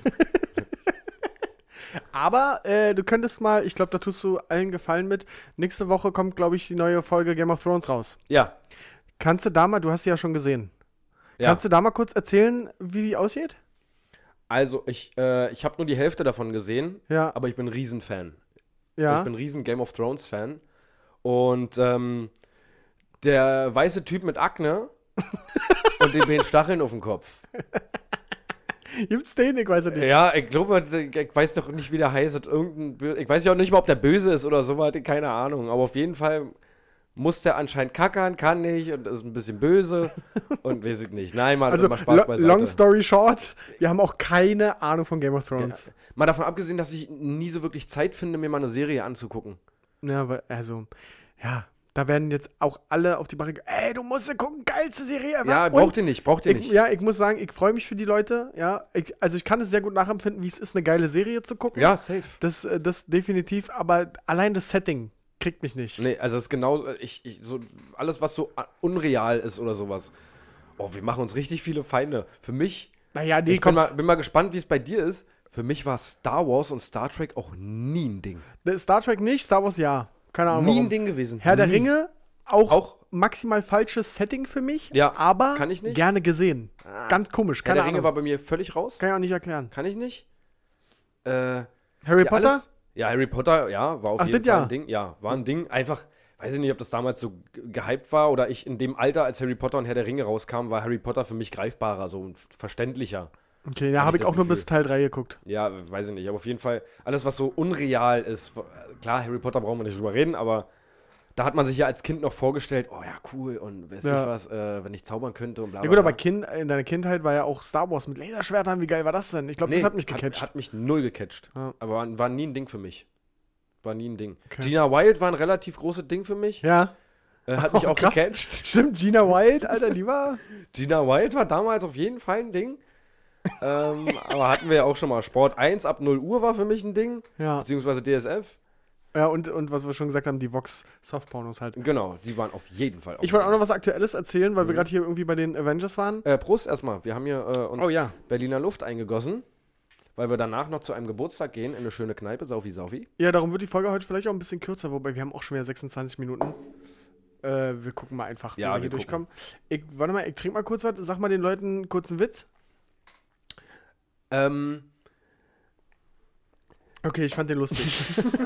Speaker 3: Aber du könntest mal, ich glaube, da tust du allen Gefallen mit. Nächste Woche kommt, glaube ich, die neue Folge Game of Thrones raus.
Speaker 4: Ja.
Speaker 3: Kannst du da mal, du hast sie ja schon gesehen.
Speaker 4: Ja.
Speaker 3: Kannst du da mal kurz erzählen, wie die aussieht?
Speaker 4: Also, ich habe nur die Hälfte davon gesehen, aber ich bin ein Riesenfan.
Speaker 3: Ja.
Speaker 4: Ich bin ein riesen Game of Thrones Fan. Und der weiße Typ mit Akne und den Stacheln auf dem Kopf.
Speaker 3: Gibt's den? Ich weiß es nicht.
Speaker 4: Ja, ich glaube, ich weiß doch nicht, wie der heißt. Ich weiß ja auch nicht mal, ob der böse ist oder so, keine Ahnung. Aber auf jeden Fall muss der anscheinend kackern, kann nicht und ist ein bisschen böse und weiß ich nicht. Nein, Mann,
Speaker 3: Also,
Speaker 4: immer Spaß beiseite.
Speaker 3: long story short, wir haben auch keine Ahnung von Game of
Speaker 4: Ja.
Speaker 3: Thrones.
Speaker 4: Mal davon abgesehen, dass ich nie so wirklich Zeit finde, mir mal eine Serie anzugucken.
Speaker 3: Ja, also, ja, da werden jetzt auch alle auf die Barrikade. Ey, du musst gucken, geilste Serie ever.
Speaker 4: Ja,
Speaker 3: Und
Speaker 4: braucht ihr nicht.
Speaker 3: Ja, ich muss sagen, ich freue mich für die Leute. Ja, also ich kann es sehr gut nachempfinden, wie es ist, eine geile Serie zu gucken.
Speaker 4: Ja, safe.
Speaker 3: Das definitiv, aber allein das Setting kriegt mich nicht.
Speaker 4: Nee, also es ist genau, so alles, was so unreal ist oder sowas. Oh, wir machen uns richtig viele Feinde. Für mich,
Speaker 3: Naja, nee,
Speaker 4: ich bin mal gespannt, wie es bei dir ist. Für mich war Star Wars und Star Trek auch nie ein Ding.
Speaker 3: Star Trek nicht, Star Wars ja. Keine Ahnung.
Speaker 4: Nie
Speaker 3: warum.
Speaker 4: ein Ding gewesen.
Speaker 3: Herr der
Speaker 4: Nie.
Speaker 3: Ringe, auch
Speaker 4: Auch?
Speaker 3: maximal falsches Setting für mich,
Speaker 4: Ja,
Speaker 3: aber
Speaker 4: kann ich nicht.
Speaker 3: gerne gesehen. Ganz komisch,
Speaker 4: Herr
Speaker 3: keine
Speaker 4: der
Speaker 3: Ahnung.
Speaker 4: Ringe war bei mir völlig raus.
Speaker 3: Kann ich auch nicht erklären.
Speaker 4: Kann ich nicht.
Speaker 3: Harry
Speaker 4: Ja,
Speaker 3: Potter?
Speaker 4: alles- Ja, Harry Potter, ja, war auf
Speaker 3: Ach,
Speaker 4: jeden
Speaker 3: das
Speaker 4: Fall
Speaker 3: ja.
Speaker 4: ein Ding. Ja, war ein Ding. Einfach, weiß ich nicht, ob das damals so gehypt war oder ich in dem Alter, als Harry Potter und Herr der Ringe rauskam, war Harry Potter für mich greifbarer, so und verständlicher.
Speaker 3: Okay, da
Speaker 4: Hab
Speaker 3: habe
Speaker 4: ich
Speaker 3: ich
Speaker 4: das
Speaker 3: auch nur
Speaker 4: Gefühl.
Speaker 3: bis Teil 3 geguckt.
Speaker 4: Ja, weiß ich nicht, aber auf jeden Fall alles, was so unreal ist. Klar, Harry Potter brauchen wir nicht drüber reden, aber da hat man sich ja als Kind noch vorgestellt, oh ja, cool und weiß
Speaker 3: Ja.
Speaker 4: nicht was, wenn ich zaubern könnte und bla
Speaker 3: Ja
Speaker 4: bla
Speaker 3: gut, aber
Speaker 4: bla.
Speaker 3: in deiner Kindheit war ja auch Star Wars mit Laserschwertern. Wie geil war das denn? Ich glaube, das hat mich gecatcht.
Speaker 4: Hat mich null gecatcht.
Speaker 3: Ja.
Speaker 4: Aber war nie ein Ding für mich. War nie ein Ding.
Speaker 3: Okay.
Speaker 4: Gina Wild war ein relativ großes Ding für mich.
Speaker 3: Ja.
Speaker 4: Hat mich
Speaker 3: Oh,
Speaker 4: auch
Speaker 3: krass.
Speaker 4: gecatcht.
Speaker 3: Stimmt, Gina Wild, Alter, die war...
Speaker 4: Gina Wild war damals auf jeden Fall ein Ding. Aber hatten wir ja auch schon mal. Sport 1 ab 0 Uhr war für mich ein Ding.
Speaker 3: Ja,
Speaker 4: Beziehungsweise DSF.
Speaker 3: ja und was wir schon gesagt haben, die Vox Softpornos halt.
Speaker 4: Genau, die waren auf jeden Fall.
Speaker 3: Ich wollte auch noch was Aktuelles erzählen, weil wir
Speaker 4: Mhm.
Speaker 3: gerade hier irgendwie bei den Avengers waren.
Speaker 4: Prost erstmal. Wir haben hier uns
Speaker 3: Oh ja.
Speaker 4: Berliner Luft eingegossen, weil wir danach noch zu einem Geburtstag gehen in eine schöne Kneipe, Saufi.
Speaker 3: Ja, darum wird die Folge heute vielleicht auch ein bisschen kürzer, wobei wir haben auch schon wieder 26 Minuten. Wir gucken mal einfach,
Speaker 4: Ja,
Speaker 3: wie wir
Speaker 4: wir
Speaker 3: hier durchkommen. Warte mal, ich trinke mal kurz was. Sag mal den Leuten einen kurzen Witz. Okay, ich fand den lustig.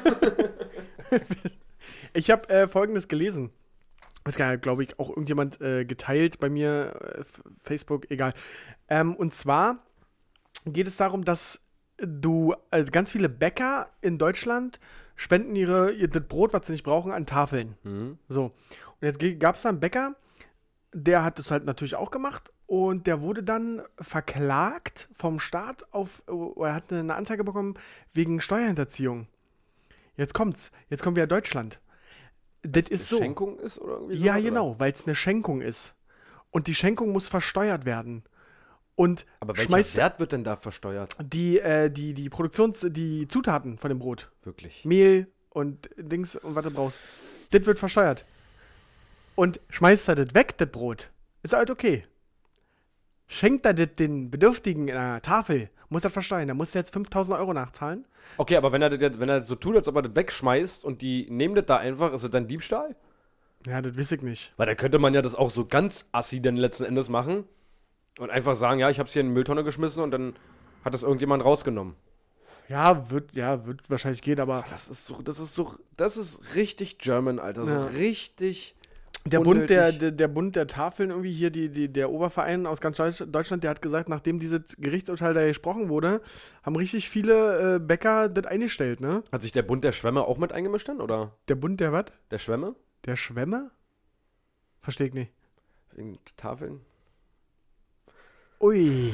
Speaker 3: Ich habe Folgendes gelesen. Das kann, glaube ich, auch irgendjemand geteilt bei mir, Facebook, egal. Und zwar geht es darum, dass ganz viele Bäcker in Deutschland spenden das Brot, was sie nicht brauchen, an Tafeln.
Speaker 4: Mhm.
Speaker 3: So. Und jetzt gab es da einen Bäcker, der hat das halt natürlich auch gemacht und der wurde dann verklagt vom Staat er hat eine Anzeige bekommen wegen Steuerhinterziehung. Jetzt kommt's. Jetzt kommt wieder Deutschland. Das ist so.
Speaker 4: Schenkung ist oder irgendwie so?
Speaker 3: Ja, genau, weil es eine Schenkung ist. Und die Schenkung muss versteuert werden. Und
Speaker 4: Aber welcher
Speaker 3: schmeißt
Speaker 4: Wert wird denn da versteuert?
Speaker 3: die Zutaten von dem Brot.
Speaker 4: Wirklich.
Speaker 3: Mehl und Dings und was du brauchst. Das wird versteuert. Und schmeißt er das weg, das Brot, ist halt okay. Schenkt er das den Bedürftigen in einer Tafel, muss er versteuern. Da muss er jetzt 5.000 Euro nachzahlen.
Speaker 4: Okay, aber wenn er so tut, als ob er das wegschmeißt und die nehmen das da einfach, ist das dann Diebstahl?
Speaker 3: Ja, das weiß ich nicht.
Speaker 4: Weil da könnte man ja das auch so ganz assi dann letzten Endes machen und einfach sagen, ja, ich hab's hier in die Mülltonne geschmissen und dann hat das irgendjemand rausgenommen.
Speaker 3: Ja, wird wahrscheinlich gehen, aber
Speaker 4: Das ist richtig German, Alter. So
Speaker 3: Ja.
Speaker 4: richtig.
Speaker 3: der Bund
Speaker 4: unnötig.
Speaker 3: der Bund der Tafeln irgendwie hier, der Oberverein aus ganz Deutschland, der hat gesagt, nachdem dieses Gerichtsurteil da gesprochen wurde, haben richtig viele Bäcker das eingestellt, ne?
Speaker 4: Hat sich der Bund der Schwämme auch mit eingemischt dann, oder?
Speaker 3: Der Bund der was?
Speaker 4: Der Schwämme?
Speaker 3: Der Schwämme? Versteh ich nicht.
Speaker 4: Wegen Tafeln?
Speaker 3: Ui.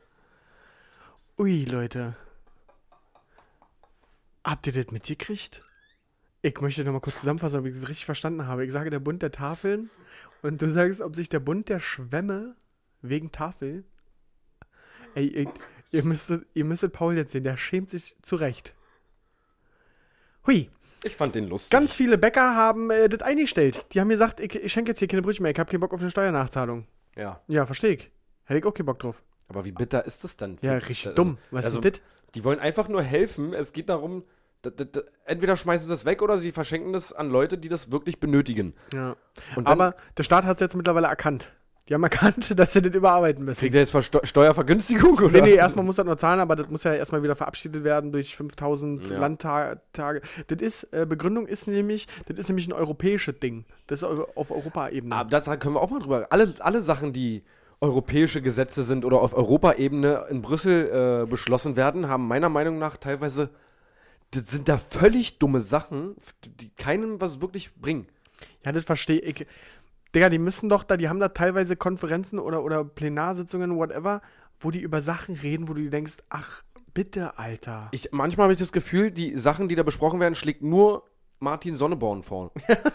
Speaker 3: Ui, Leute. Habt ihr das mitgekriegt? Ich möchte nochmal kurz zusammenfassen, ob ich das richtig verstanden habe. Ich sage der Bund der Tafeln und du sagst, ob sich der Bund der Schwämme wegen Tafel. Ey, ihr müsstet Paul jetzt sehen, der schämt sich zurecht. Hui.
Speaker 4: Ich fand den lustig.
Speaker 3: Ganz viele Bäcker haben das eingestellt. Die haben gesagt, ich schenke jetzt hier keine Brötchen mehr, ich habe keinen Bock auf eine Steuernachzahlung.
Speaker 4: Ja.
Speaker 3: Ja, verstehe ich. Hätte ich auch keinen Bock drauf.
Speaker 4: Aber wie bitter ist das denn?
Speaker 3: Ja, richtig
Speaker 4: Also-
Speaker 3: dumm. Was
Speaker 4: also,
Speaker 3: ist das?
Speaker 4: Die wollen einfach nur helfen. Es geht darum, entweder schmeißen sie es weg oder sie verschenken das an Leute, die das wirklich benötigen.
Speaker 3: Ja.
Speaker 4: Und dann
Speaker 3: Aber der Staat hat es jetzt mittlerweile erkannt. Die haben erkannt, dass sie das überarbeiten müssen.
Speaker 4: kriegt er jetzt Steuervergünstigung, oder?
Speaker 3: Nee, erstmal muss das nur zahlen, aber das muss ja erstmal wieder verabschiedet werden durch 5000
Speaker 4: Ja.
Speaker 3: Landtage. Das ist, Begründung ist nämlich, das ist nämlich ein europäisches Ding. Das ist auf Europaebene.
Speaker 4: Aber da können wir auch mal drüber. Alle Sachen, die europäische Gesetze sind oder auf Europaebene in Brüssel beschlossen werden, haben meiner Meinung nach teilweise, das sind da völlig dumme Sachen, die keinem was wirklich bringen.
Speaker 3: Ja, das verstehe ich. Digga, die müssen doch da, die haben da teilweise Konferenzen oder Plenarsitzungen, whatever, wo die über Sachen reden, wo du dir denkst, ach, bitte, Alter.
Speaker 4: Manchmal habe ich das Gefühl, die Sachen, die da besprochen werden, schlägt nur Martin Sonneborn vor.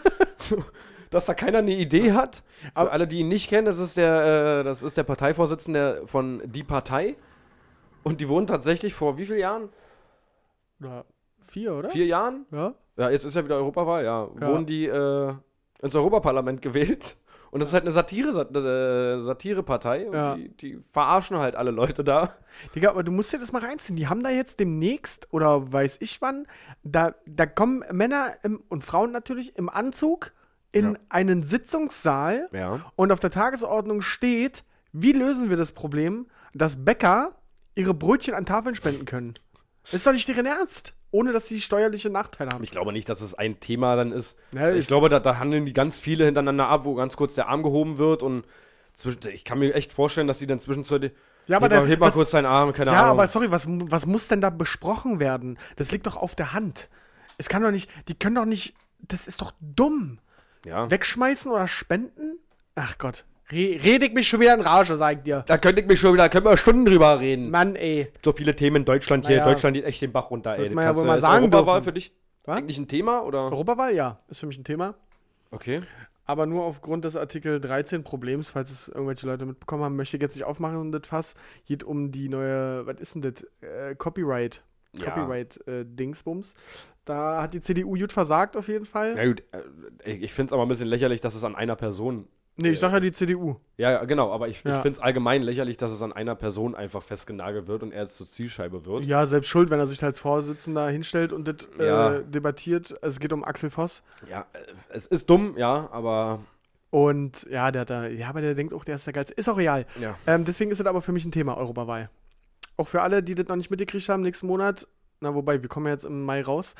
Speaker 4: Dass da keiner eine Idee hat. Für alle, die ihn nicht kennen, das ist der Parteivorsitzende von Die Partei. Und die wurden tatsächlich vor wie vielen Jahren?
Speaker 3: Oder 4, oder?
Speaker 4: 4 Jahren?
Speaker 3: Ja.
Speaker 4: Ja, jetzt ist ja wieder Europawahl, ja. Wurden die ins Europaparlament gewählt. Und das ist halt eine Satirepartei. Und
Speaker 3: Ja.
Speaker 4: die verarschen halt alle Leute da.
Speaker 3: Digga, aber du musst dir das mal reinziehen. Die haben da jetzt demnächst, oder weiß ich wann, da kommen Männer und Frauen natürlich im Anzug in einen Sitzungssaal
Speaker 4: Ja.
Speaker 3: und auf der Tagesordnung steht, wie lösen wir das Problem, dass Bäcker ihre Brötchen an Tafeln spenden können. Das ist doch nicht deren Ernst, ohne dass sie steuerliche Nachteile haben.
Speaker 4: Ich glaube nicht, dass es ein Thema dann ist.
Speaker 3: Ja,
Speaker 4: Ich glaube, da handeln die ganz viele hintereinander ab, wo ganz kurz der Arm gehoben wird und ich kann mir echt vorstellen, dass die dann zwischenzeitlich
Speaker 3: Ja, aber
Speaker 4: heb mal kurz deinen Arm, keine
Speaker 3: Ja,
Speaker 4: Ahnung.
Speaker 3: aber sorry, was muss denn da besprochen werden? Das liegt doch auf der Hand. Es kann doch nicht, die können doch nicht, das ist doch dumm.
Speaker 4: Ja.
Speaker 3: Wegschmeißen oder spenden? Ach Gott, rede ich mich schon wieder in Rage, sag ich dir.
Speaker 4: Da können wir Stunden drüber reden.
Speaker 3: Mann, ey.
Speaker 4: So viele Themen in Deutschland hier.
Speaker 3: Naja.
Speaker 4: Deutschland geht echt den Bach runter, ey.
Speaker 3: Wird man ja
Speaker 4: Kannst
Speaker 3: wohl
Speaker 4: du-
Speaker 3: mal
Speaker 4: ist
Speaker 3: sagen
Speaker 4: Europawahl
Speaker 3: dürfen.
Speaker 4: für dich
Speaker 3: Was?
Speaker 4: eigentlich ein Thema, oder?
Speaker 3: Europawahl, ja, ist für mich ein Thema.
Speaker 4: Okay.
Speaker 3: Aber nur aufgrund des Artikel 13 Problems, falls es irgendwelche Leute mitbekommen haben, möchte ich jetzt nicht aufmachen, das Fass. Geht um die neue, was ist denn das? Copyright.
Speaker 4: Ja.
Speaker 3: Copyright-Dingsbums. Da hat die CDU gut versagt, auf jeden Fall.
Speaker 4: Na gut, ich finde es aber ein bisschen lächerlich, dass es an einer Person.
Speaker 3: Nee, ich sag ja die CDU.
Speaker 4: Ja, genau, aber ich
Speaker 3: Ja.
Speaker 4: finde es allgemein lächerlich, dass es an einer Person einfach festgenagelt wird und er jetzt zur Zielscheibe wird.
Speaker 3: Ja, selbst schuld, wenn er sich da als Vorsitzender hinstellt und das
Speaker 4: Ja.
Speaker 3: debattiert. Es geht um Axel Voss.
Speaker 4: Ja, es ist dumm, ja, aber
Speaker 3: Und ja, aber der denkt auch, der ist der Geilste. Ist auch real.
Speaker 4: ja.
Speaker 3: Deswegen ist es aber für mich ein Thema, Europawahl. Auch für alle, die das noch nicht mitgekriegt haben, nächsten Monat, na wobei, wir kommen ja jetzt im Mai raus.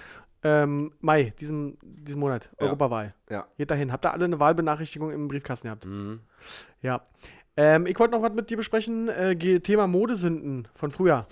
Speaker 3: Mai, diesen Monat,
Speaker 4: Ja.
Speaker 3: Europawahl.
Speaker 4: Ja.
Speaker 3: Geht dahin. Habt ihr alle eine Wahlbenachrichtigung im Briefkasten gehabt?
Speaker 4: Mhm.
Speaker 3: Ja. Ich wollte noch was mit dir besprechen. Thema Modesünden von früher.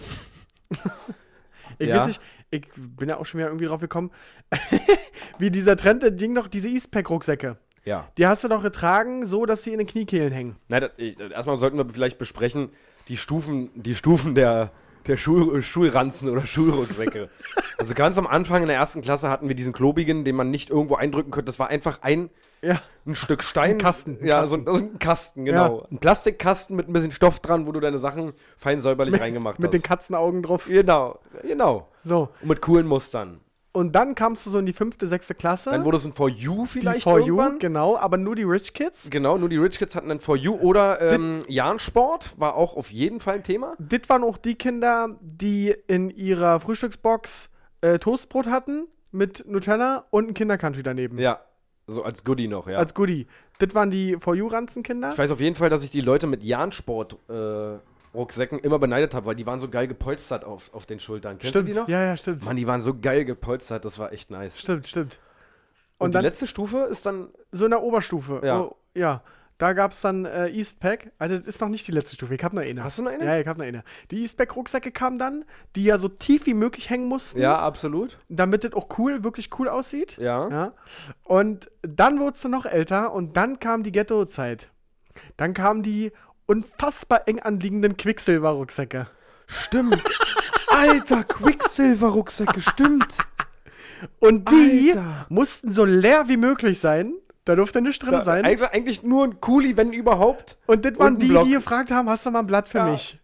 Speaker 3: Ich
Speaker 4: Ja.
Speaker 3: weiß nicht, ich bin ja auch schon wieder irgendwie drauf gekommen. Wie dieser Trend, der ging doch diese Eastpack-Rucksäcke.
Speaker 4: Ja.
Speaker 3: Die hast du doch getragen, so dass sie in den Kniekehlen hängen.
Speaker 4: Nein, erstmal sollten wir vielleicht besprechen, die Stufen der Schulranzen oder Schulrucksäcke. Also ganz am Anfang in der 1. Klasse hatten wir diesen klobigen, den man nicht irgendwo eindrücken konnte. Das war einfach ein
Speaker 3: Ja.
Speaker 4: Stück Stein.
Speaker 3: Ein Kasten, ein
Speaker 4: Ja,
Speaker 3: Kasten.
Speaker 4: so ein Kasten, genau. Ein Plastikkasten mit ein bisschen Stoff dran, wo du deine Sachen fein säuberlich reingemacht
Speaker 3: Mit
Speaker 4: hast.
Speaker 3: den Katzenaugen drauf.
Speaker 4: Genau.
Speaker 3: So.
Speaker 4: Und mit coolen Mustern.
Speaker 3: Und dann kamst du so in die 5., 6. Klasse.
Speaker 4: Dann wurde es ein For You
Speaker 3: die
Speaker 4: vielleicht
Speaker 3: For You,
Speaker 4: irgendwann.
Speaker 3: genau, aber nur die Rich Kids.
Speaker 4: Genau, nur die Rich Kids hatten ein For You. Oder Jahrensport war auch auf jeden Fall ein Thema.
Speaker 3: Das waren auch die Kinder, die in ihrer Frühstücksbox Toastbrot hatten mit Nutella und ein Kindercountry daneben.
Speaker 4: Ja, so als Goodie noch, ja.
Speaker 3: Als Goodie. Das waren die For You-Ranzenkinder.
Speaker 4: Ich weiß auf jeden Fall, dass ich die Leute mit Jahrensport-Rucksäcken immer beneidet habe, weil die waren so geil gepolstert auf den Schultern. Kennst du die noch?
Speaker 3: Ja, stimmt.
Speaker 4: Mann, die waren so geil gepolstert, das war echt nice.
Speaker 3: Stimmt.
Speaker 4: Und
Speaker 3: Und
Speaker 4: die
Speaker 3: dann
Speaker 4: letzte Stufe ist dann,
Speaker 3: so in der Oberstufe.
Speaker 4: Ja.
Speaker 3: Oh, ja. Da gab es dann Eastpack. Also, das ist noch nicht die letzte Stufe. Ich hab noch eine.
Speaker 4: Hast du noch eine?
Speaker 3: Ja, ich hab noch eine. Die Eastpack-Rucksäcke kamen dann, die ja so tief wie möglich hängen mussten.
Speaker 4: ja, absolut.
Speaker 3: Damit das auch wirklich cool aussieht.
Speaker 4: Ja.
Speaker 3: Ja. Und dann wurdest du noch älter und dann kam die Ghetto-Zeit. Dann kamen die unfassbar eng anliegenden Quicksilver-Rucksäcke.
Speaker 4: Stimmt. Alter, Quicksilver-Rucksäcke, stimmt.
Speaker 3: Und die
Speaker 4: Alter.
Speaker 3: mussten so leer wie möglich sein. Da durfte nichts drin sein.
Speaker 4: Eigentlich nur ein Kuli, wenn überhaupt.
Speaker 3: Und das waren
Speaker 4: ein
Speaker 3: die,
Speaker 4: Block.
Speaker 3: die gefragt haben, hast du mal ein Blatt für
Speaker 4: Ja.
Speaker 3: mich?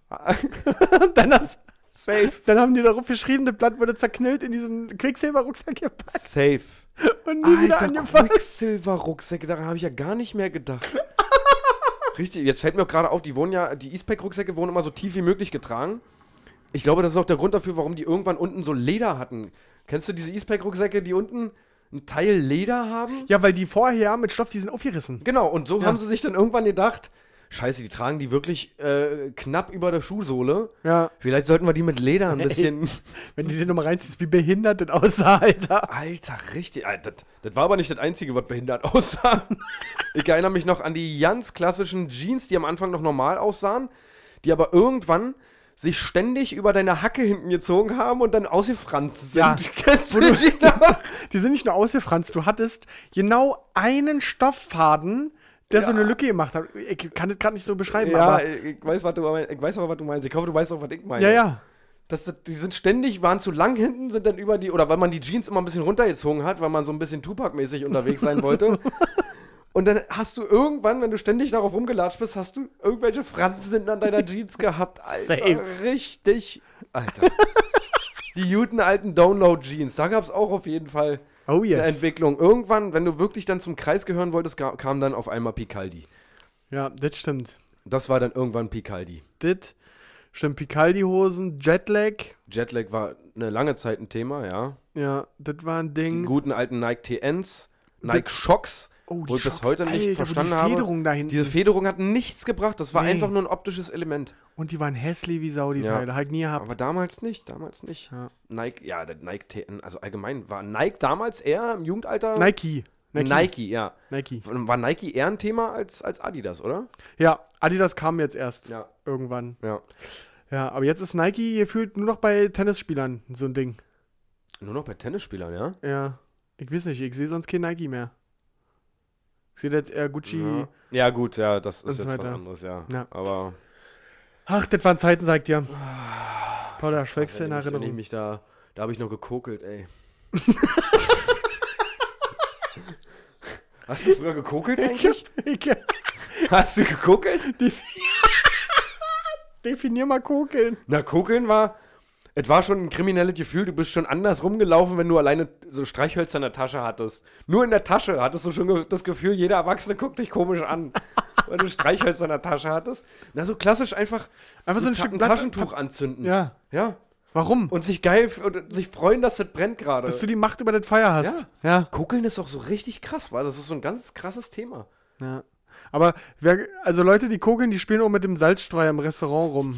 Speaker 4: Safe.
Speaker 3: Dann haben die darauf geschrieben, das Blatt wurde zerknüllt in diesen Quicksilver-Rucksack gepackt
Speaker 4: Safe.
Speaker 3: und nie wieder
Speaker 4: Alter,
Speaker 3: angefasst.
Speaker 4: Quicksilver-Rucksäcke, daran habe ich ja gar nicht mehr gedacht. Richtig, jetzt fällt mir auch gerade auf, die Eastpack-Rucksäcke wurden immer so tief wie möglich getragen. Ich glaube, das ist auch der Grund dafür, warum die irgendwann unten so Leder hatten. Kennst du diese Eastpack-Rucksäcke, die unten ein Teil Leder haben?
Speaker 3: Ja, weil die vorher mit Stoff, die sind aufgerissen.
Speaker 4: Genau, und so
Speaker 3: Ja.
Speaker 4: haben sie sich dann irgendwann gedacht, scheiße, die tragen die wirklich knapp über der Schuhsohle.
Speaker 3: Ja.
Speaker 4: Vielleicht sollten wir die mit Leder ein bisschen...
Speaker 3: Wenn die sie nochmal reinziehst, wie behindert das aussah, Alter.
Speaker 4: Alter, richtig. Alter, das war aber nicht das Einzige, was behindert aussah. Ich erinnere mich noch an die ganz klassischen Jeans, die am Anfang noch normal aussahen, die aber irgendwann sich ständig über deine Hacke hinten gezogen haben und dann ausgefranst sind.
Speaker 3: Ja.
Speaker 4: Kennst du die noch?
Speaker 3: Die sind nicht nur ausgefranst, du hattest genau einen Stofffaden, der so eine Lücke gemacht hat. Ich kann das gerade nicht so beschreiben,
Speaker 4: Ja,
Speaker 3: aber.
Speaker 4: ich weiß aber, was du meinst. Ich hoffe, du weißt auch, was ich meine.
Speaker 3: Ja, ja.
Speaker 4: Die sind ständig, waren zu lang hinten, sind dann über die, oder weil man die Jeans immer ein bisschen runtergezogen hat, weil man so ein bisschen Tupac-mäßig unterwegs sein wollte. Und dann hast du irgendwann, wenn du ständig darauf rumgelatscht bist, hast du irgendwelche Fransen an deiner Jeans gehabt. Alter,
Speaker 3: Safe.
Speaker 4: richtig. Alter. Die guten alten Download-Jeans, da gab es auch auf jeden Fall
Speaker 3: Oh
Speaker 4: eine
Speaker 3: yes.
Speaker 4: Entwicklung. Irgendwann, wenn du wirklich dann zum Kreis gehören wolltest, kam dann auf einmal Picaldi.
Speaker 3: Ja, das stimmt.
Speaker 4: Das war dann irgendwann Picaldi.
Speaker 3: Das stimmt. Picaldi-Hosen, Jetlag.
Speaker 4: Jetlag war eine lange Zeit ein Thema, ja.
Speaker 3: Ja, das war ein
Speaker 4: Die
Speaker 3: Ding.
Speaker 4: guten alten Nike TNs, Nike Shocks,
Speaker 3: Oh,
Speaker 4: wo ich bis
Speaker 3: Shocks,
Speaker 4: heute nicht
Speaker 3: Alter,
Speaker 4: verstanden
Speaker 3: wo die
Speaker 4: habe.
Speaker 3: Federung da hinten.
Speaker 4: Diese Federung hat nichts gebracht, das war
Speaker 3: Nee.
Speaker 4: einfach nur ein optisches Element.
Speaker 3: Und die waren hässlich wie Sau, die
Speaker 4: Ja.
Speaker 3: Teile. Halt nie gehabt.
Speaker 4: Aber damals nicht.
Speaker 3: Ja.
Speaker 4: Nike, ja, der Nike TN, also allgemein, war Nike damals eher im Jugendalter?
Speaker 3: Nike.
Speaker 4: Nike, ja.
Speaker 3: Nike.
Speaker 4: War Nike eher ein Thema als Adidas, oder?
Speaker 3: Ja, Adidas kam jetzt erst.
Speaker 4: Ja.
Speaker 3: Irgendwann.
Speaker 4: Ja.
Speaker 3: Ja, aber jetzt ist Nike gefühlt nur noch bei Tennisspielern so ein Ding.
Speaker 4: Nur noch bei Tennisspielern, ja?
Speaker 3: Ja. Ich weiß nicht, ich sehe sonst kein Nike mehr. Ich sehe da jetzt eher Gucci.
Speaker 4: Ja, gut, ja, das ist
Speaker 3: Und so
Speaker 4: jetzt was
Speaker 3: weiter.
Speaker 4: anderes, ja.
Speaker 3: Ja.
Speaker 4: Aber
Speaker 3: Ach, das waren Zeiten, sagt ihr. Paul, da
Speaker 4: das ist
Speaker 3: schwelgst du in
Speaker 4: krass, wenn ich
Speaker 3: Erinnerung.
Speaker 4: mich da habe ich noch gekokelt, ey. Hast du früher gekokelt eigentlich? Hast du gekokelt?
Speaker 3: Definier mal Kokeln.
Speaker 4: Na, kokeln es war schon ein kriminelles Gefühl. Du bist schon anders rumgelaufen, wenn du alleine so Streichhölzer in der Tasche hattest. Nur in der Tasche hattest du schon das Gefühl, jeder Erwachsene guckt dich komisch an, weil du Streichhölzer in der Tasche hattest. Na, so klassisch einfach
Speaker 3: So ein Stück
Speaker 4: ein
Speaker 3: Blatt-
Speaker 4: Taschentuch anzünden.
Speaker 3: Ja.
Speaker 4: Ja.
Speaker 3: Warum?
Speaker 4: Und sich geil und sich freuen, dass das brennt gerade.
Speaker 3: Dass du die Macht über das Feuer hast. Ja.
Speaker 4: Kokeln ist doch so richtig krass, weil das ist so ein ganz krasses Thema.
Speaker 3: Ja. Aber also Leute, die kokeln, die spielen auch mit dem Salzstreuer im Restaurant rum.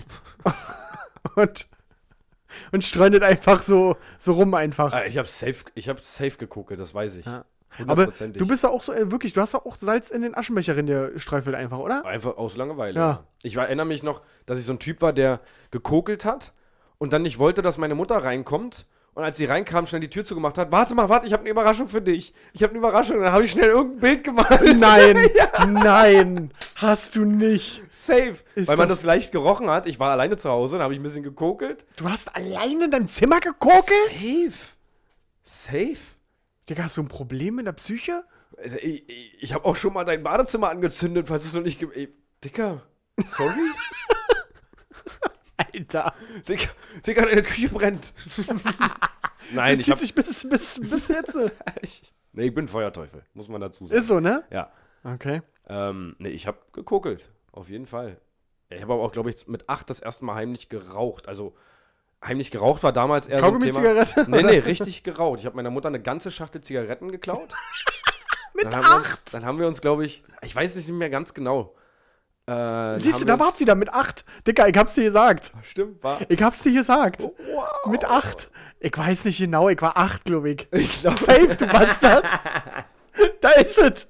Speaker 3: und streuen das einfach so rum einfach.
Speaker 4: Ich hab safe gekokelt, das weiß ich.
Speaker 3: Ja. Aber
Speaker 4: Hundertprozentig.
Speaker 3: du bist da auch so, wirklich, du hast da auch Salz in den Aschenbecher gestreufelt einfach, oder?
Speaker 4: Einfach aus Langeweile.
Speaker 3: Ja.
Speaker 4: Ich erinnere mich noch, dass ich so ein Typ war, der gekokelt hat und dann nicht wollte, dass meine Mutter reinkommt. Und als sie reinkam, schnell die Tür zugemacht hat. Warte, ich habe eine Überraschung für dich. Ich habe eine Überraschung. Und dann habe ich schnell irgendein Bild gemacht.
Speaker 3: Nein, nein, hast du nicht.
Speaker 4: Safe.
Speaker 3: Ist
Speaker 4: Weil man
Speaker 3: das-
Speaker 4: das leicht gerochen hat. Ich war alleine zu Hause, dann habe ich ein bisschen gekokelt.
Speaker 3: Du hast alleine in deinem Zimmer gekokelt?
Speaker 4: Safe.
Speaker 3: Digga, hast du ein Problem mit der Psyche?
Speaker 4: Also, ich habe auch schon mal dein Badezimmer angezündet, falls es noch nicht... Dicker, sorry?
Speaker 3: Alter.
Speaker 4: Dicker, deine Küche brennt. Nein,
Speaker 3: Das zieht sich bis jetzt.
Speaker 4: Nee, ich bin Feuerteufel, muss man dazu sagen.
Speaker 3: Ist so, ne?
Speaker 4: Ja.
Speaker 3: Okay.
Speaker 4: Nee, ich habe gekokelt. Auf jeden Fall. Ich habe aber auch, glaube ich, mit 8 das erste Mal heimlich geraucht. Also, heimlich geraucht war damals eher so ein Thema.
Speaker 3: Kaugummi-Zigarette?
Speaker 4: Nee, richtig geraucht. Ich habe meiner Mutter eine ganze Schachtel Zigaretten geklaut.
Speaker 3: Mit
Speaker 4: Dann haben wir
Speaker 3: 8?
Speaker 4: Dann haben wir uns, glaube ich weiß nicht mehr ganz genau.
Speaker 3: Siehst du, da wart wieder mit 8. Digga, ich hab's dir gesagt.
Speaker 4: Stimmt, war.
Speaker 3: Ich hab's dir gesagt.
Speaker 4: Wow.
Speaker 3: Mit 8. Ich weiß nicht genau, ich war 8, glaube ich.
Speaker 4: Ich glaube,
Speaker 3: Safe, du Bastard. Da ist es.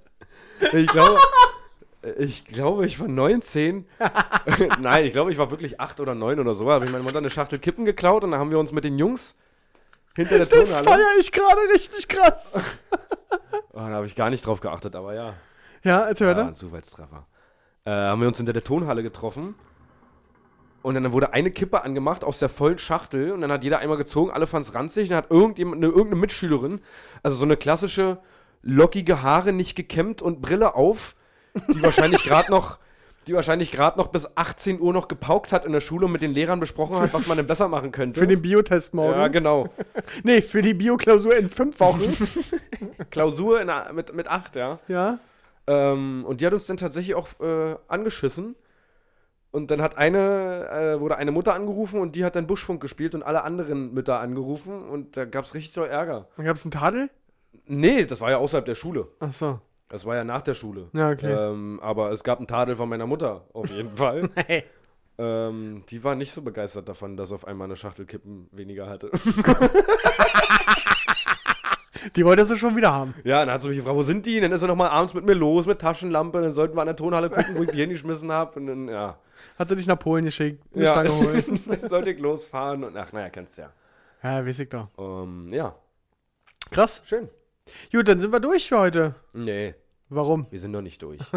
Speaker 4: ich glaube, ich war 19. Nein, ich glaube, ich war wirklich 8 oder 9 oder so. Da habe ich meiner Mutter eine Schachtel Kippen geklaut und dann haben wir uns mit den Jungs hinter der
Speaker 3: Das
Speaker 4: Turnhalle.
Speaker 3: feiere ich gerade richtig krass.
Speaker 4: Da habe ich gar nicht drauf geachtet, aber ja.
Speaker 3: Ja, erzähl
Speaker 4: Ja,
Speaker 3: weiter.
Speaker 4: ein Zufallstreffer. Haben wir uns hinter der Tonhalle getroffen und dann wurde eine Kippe angemacht aus der vollen Schachtel und dann hat jeder einmal gezogen, alle fanden es ranzig und dann hat irgendeine Mitschülerin, also so eine klassische lockige Haare, nicht gekämmt und Brille auf, die wahrscheinlich gerade noch bis 18 Uhr noch gepaukt hat in der Schule und mit den Lehrern besprochen hat, was man denn besser machen könnte.
Speaker 3: Für den Biotest morgen.
Speaker 4: Ja, genau.
Speaker 3: Nee, für die Bioklausur in 5 Wochen.
Speaker 4: Klausur mit 8, ja.
Speaker 3: Ja.
Speaker 4: Und die hat uns dann tatsächlich auch angeschissen. Und dann wurde eine Mutter angerufen und die hat dann Buschfunk gespielt und alle anderen Mütter angerufen und da gab es richtig doll Ärger.
Speaker 3: Dann gab's einen Tadel?
Speaker 4: Nee, das war ja außerhalb der Schule.
Speaker 3: Ach so.
Speaker 4: Das war ja nach der Schule.
Speaker 3: Ja, okay.
Speaker 4: Aber es gab einen Tadel von meiner Mutter, auf jeden Fall.
Speaker 3: Hey.
Speaker 4: Die war nicht so begeistert davon, dass auf einmal eine Schachtel Kippen weniger hatte.
Speaker 3: Die wolltest du schon wieder haben.
Speaker 4: Ja, dann hat sie mich gefragt, wo sind die? Dann ist er nochmal abends mit mir los, mit Taschenlampe. Dann sollten wir an der Tonhalle gucken, wo ich die hingeschmissen habe. Und dann, ja.
Speaker 3: Hat sie dich nach Polen geschickt, eine
Speaker 4: Ja.
Speaker 3: Stange holen.
Speaker 4: Dann sollte ich losfahren. Und ach, naja, kennst du ja.
Speaker 3: Ja, weiß ich doch.
Speaker 4: Ja,
Speaker 3: Krass.
Speaker 4: schön.
Speaker 3: Gut, dann sind wir durch für heute.
Speaker 4: Nee,
Speaker 3: Warum?
Speaker 4: wir sind noch nicht durch.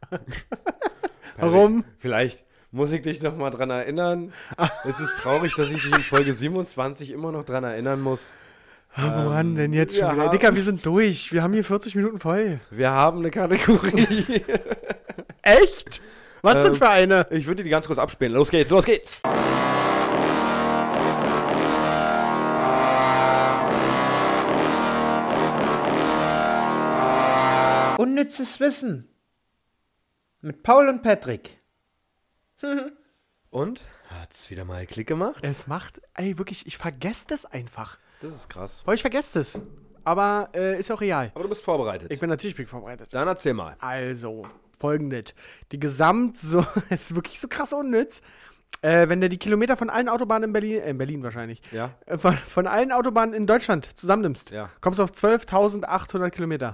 Speaker 3: Warum?
Speaker 4: Vielleicht muss ich dich nochmal dran erinnern. Es ist traurig, dass ich dich in Folge 27 immer noch dran erinnern muss.
Speaker 3: Woran denn jetzt schon
Speaker 4: wir
Speaker 3: wieder?
Speaker 4: haben-
Speaker 3: Dicker, wir sind durch. Wir haben hier 40 Minuten voll.
Speaker 4: Wir haben eine Kategorie.
Speaker 3: Echt? Was denn für eine?
Speaker 4: Ich würde die ganz kurz abspielen. Los geht's, los geht's.
Speaker 5: Unnützes Wissen. Mit Paul und Patrick.
Speaker 4: Und? Hat's wieder mal Klick gemacht?
Speaker 3: Es macht, ey, wirklich, ich vergesse das einfach.
Speaker 4: Das ist krass.
Speaker 3: Boah, ich vergesse das. Aber ist auch real.
Speaker 4: Aber du bist vorbereitet.
Speaker 3: Ich bin natürlich vorbereitet.
Speaker 4: Dann erzähl mal.
Speaker 3: Also, folgendes. Die es ist wirklich so krass unnütz. Wenn du die Kilometer von allen Autobahnen in Berlin wahrscheinlich,
Speaker 4: Ja.
Speaker 3: von allen Autobahnen in Deutschland zusammennimmst,
Speaker 4: Ja.
Speaker 3: kommst du auf 12.800 Kilometer.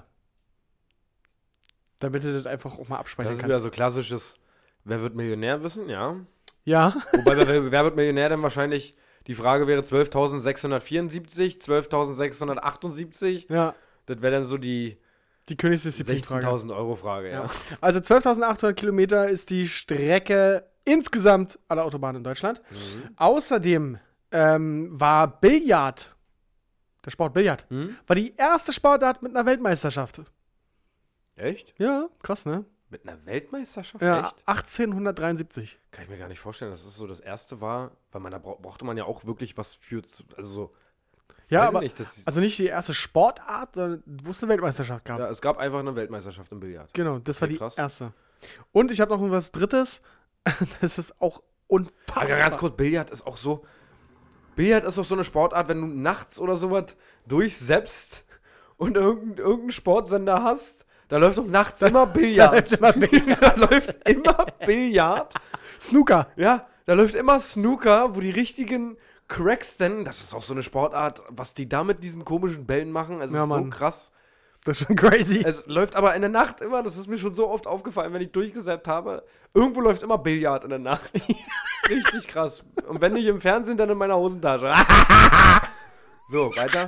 Speaker 3: Damit du das einfach auch mal abspeichern
Speaker 4: Das ist
Speaker 3: kannst.
Speaker 4: wieder so klassisches Wer wird Millionär wissen, ja.
Speaker 3: Ja,
Speaker 4: Wobei bei Wer wird Millionär dann wahrscheinlich die Frage wäre 12.674, 12.678.
Speaker 3: ja,
Speaker 4: Das wäre dann so die
Speaker 3: die Königsdisziplin-Frage.
Speaker 4: 16.000 Euro Frage, ja.
Speaker 3: Ja. Also 12.800 Kilometer ist die Strecke insgesamt aller Autobahnen in Deutschland. Außerdem war Billard, der Sport Billard, war die erste Sportart mit einer Weltmeisterschaft.
Speaker 4: Echt?
Speaker 3: Ja, krass, ne?
Speaker 4: Mit einer Weltmeisterschaft?
Speaker 3: Ja,
Speaker 4: Echt?
Speaker 3: 1873.
Speaker 4: Kann ich mir gar nicht vorstellen, dass das so das erste war, weil man da brauchte man ja auch wirklich was für, also so,
Speaker 3: Ja,
Speaker 4: weiß ich
Speaker 3: aber
Speaker 4: nicht, das,
Speaker 3: also nicht die erste Sportart, sondern wo es eine Weltmeisterschaft gab.
Speaker 4: ja, es gab einfach eine Weltmeisterschaft im Billard.
Speaker 3: Genau, das war
Speaker 4: Okay,
Speaker 3: die
Speaker 4: krass.
Speaker 3: erste. Und ich habe noch was Drittes. Das ist auch unfassbar.
Speaker 4: Aber ganz kurz, Billard ist auch so eine Sportart, wenn du nachts oder sowas durchseppst und irgendeinen Sportsender hast, da läuft doch nachts immer Billard.
Speaker 3: läuft immer Billard.
Speaker 4: Da läuft immer Billard.
Speaker 3: Snooker.
Speaker 4: Ja, da läuft immer Snooker, wo die richtigen Cracks denn, das ist auch so eine Sportart, was die da mit diesen komischen Bällen machen, es
Speaker 3: Ja,
Speaker 4: ist so
Speaker 3: Mann.
Speaker 4: krass.
Speaker 3: Das ist schon crazy.
Speaker 4: Es läuft aber in der Nacht immer, das ist mir schon so oft aufgefallen, wenn ich durchgesäppt habe, irgendwo läuft immer Billard in der Nacht. Richtig krass. Und wenn nicht im Fernsehen, dann in meiner Hosentasche. So, weiter.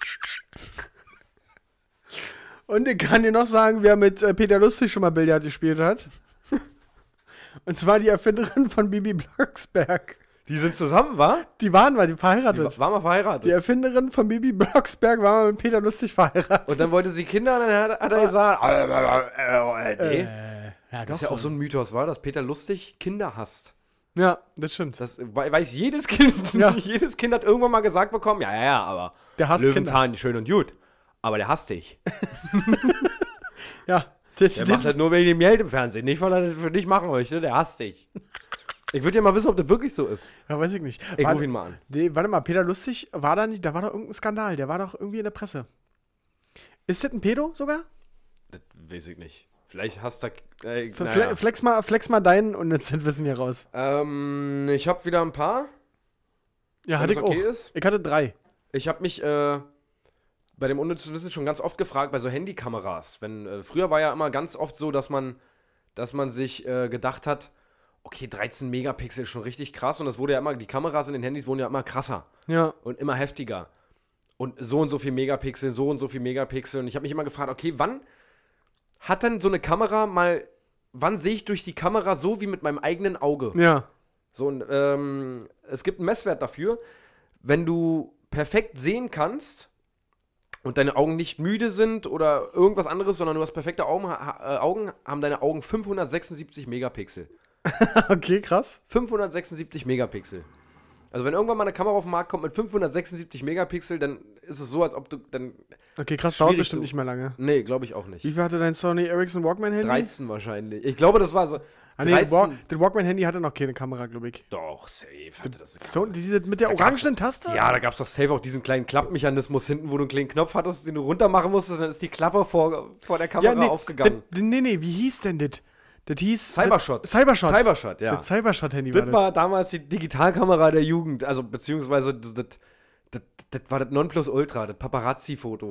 Speaker 3: Und ich kann dir noch sagen, wer mit Peter Lustig schon mal Billard gespielt hat. Und zwar die Erfinderin von Bibi Blocksberg.
Speaker 4: Die sind zusammen, wa?
Speaker 3: Die waren mal, die verheiratet.
Speaker 4: War mal verheiratet.
Speaker 3: Die Erfinderin von Bibi Blocksberg war mal mit Peter Lustig verheiratet.
Speaker 4: Und dann wollte sie Kinder und dann hat er gesagt, nee.
Speaker 3: Ja,
Speaker 4: Das ist ja auch so ein Mythos, war, dass Peter Lustig Kinder hasst.
Speaker 3: Ja, das stimmt.
Speaker 4: Das weiß jedes Kind.
Speaker 3: Ja.
Speaker 4: Jedes Kind hat irgendwann mal gesagt bekommen, ja, aber
Speaker 3: Der hasst
Speaker 4: Löwenzahn, schön und gut. Aber der hasst dich.
Speaker 3: Ja.
Speaker 4: Der macht das nur wegen dem Geld im Fernsehen. Nicht, weil er das für dich machen möchte. Der hasst dich. Ich würde ja mal wissen, ob das wirklich so ist.
Speaker 3: Ja, weiß ich nicht.
Speaker 4: Ich rufe ihn mal an.
Speaker 3: Nee, warte mal, Peter Lustig war da nicht, da war doch irgendein Skandal. Der war doch irgendwie in der Presse. Ist das ein Pedo sogar?
Speaker 4: Das weiß ich nicht. Vielleicht hasst er.
Speaker 3: Flex mal dein unnützes Wissen hier raus.
Speaker 4: Ich habe wieder ein paar.
Speaker 3: Ja,
Speaker 4: Wenn
Speaker 3: hatte
Speaker 4: das
Speaker 3: ich
Speaker 4: okay
Speaker 3: auch.
Speaker 4: ist.
Speaker 3: Ich hatte 3.
Speaker 4: Ich habe mich bei dem unnützen Wissen schon ganz oft gefragt, bei so Handykameras. Früher war ja immer ganz oft so, dass man sich gedacht hat, okay, 13 Megapixel ist schon richtig krass. Und das wurde ja immer, die Kameras in den Handys wurden ja immer krasser
Speaker 3: Ja.
Speaker 4: und immer heftiger. Und so viel Megapixel, so und so viel Megapixel. Und ich habe mich immer gefragt, okay, wann hat dann so eine Kamera mal, wann sehe ich durch die Kamera so wie mit meinem eigenen Auge?
Speaker 3: Ja.
Speaker 4: So, und es gibt einen Messwert dafür, wenn du perfekt sehen kannst und deine Augen nicht müde sind oder irgendwas anderes, sondern du hast perfekte Augen, haben deine Augen 576 Megapixel.
Speaker 3: Okay, krass.
Speaker 4: 576 Megapixel. Also wenn irgendwann mal eine Kamera auf den Markt kommt mit 576 Megapixel, dann ist es so, als ob du dann...
Speaker 3: Okay, krass,
Speaker 4: Schwierig
Speaker 3: dauert bestimmt
Speaker 4: so.
Speaker 3: nicht mehr lange.
Speaker 4: Nee, glaube ich auch nicht.
Speaker 3: Wie viel hatte dein Sony Ericsson Walkman-Handy?
Speaker 4: 13 wahrscheinlich. Ich glaube, das war so...
Speaker 3: Ah, nee,
Speaker 4: 13.
Speaker 3: das Walkman-Handy hatte noch keine Kamera, glaube ich.
Speaker 4: Doch, safe hatte das.
Speaker 3: So, diese mit der
Speaker 4: Da gab's-
Speaker 3: orangenen Taste?
Speaker 4: Ja, da gab es doch safe auch diesen kleinen Klappmechanismus hinten, wo du einen kleinen Knopf hattest, den du runter machen musstest, und dann ist die Klappe vor der Kamera
Speaker 3: nee,
Speaker 4: aufgegangen.
Speaker 3: Nee, wie hieß denn das? Das hieß...
Speaker 4: Cybershot.
Speaker 3: Cybershot.
Speaker 4: Cybershot, ja.
Speaker 3: Das Cybershot-Handy war
Speaker 4: Das
Speaker 3: das.
Speaker 4: war damals die Digitalkamera der Jugend, also beziehungsweise das war das Nonplusultra, das Paparazzi-Foto.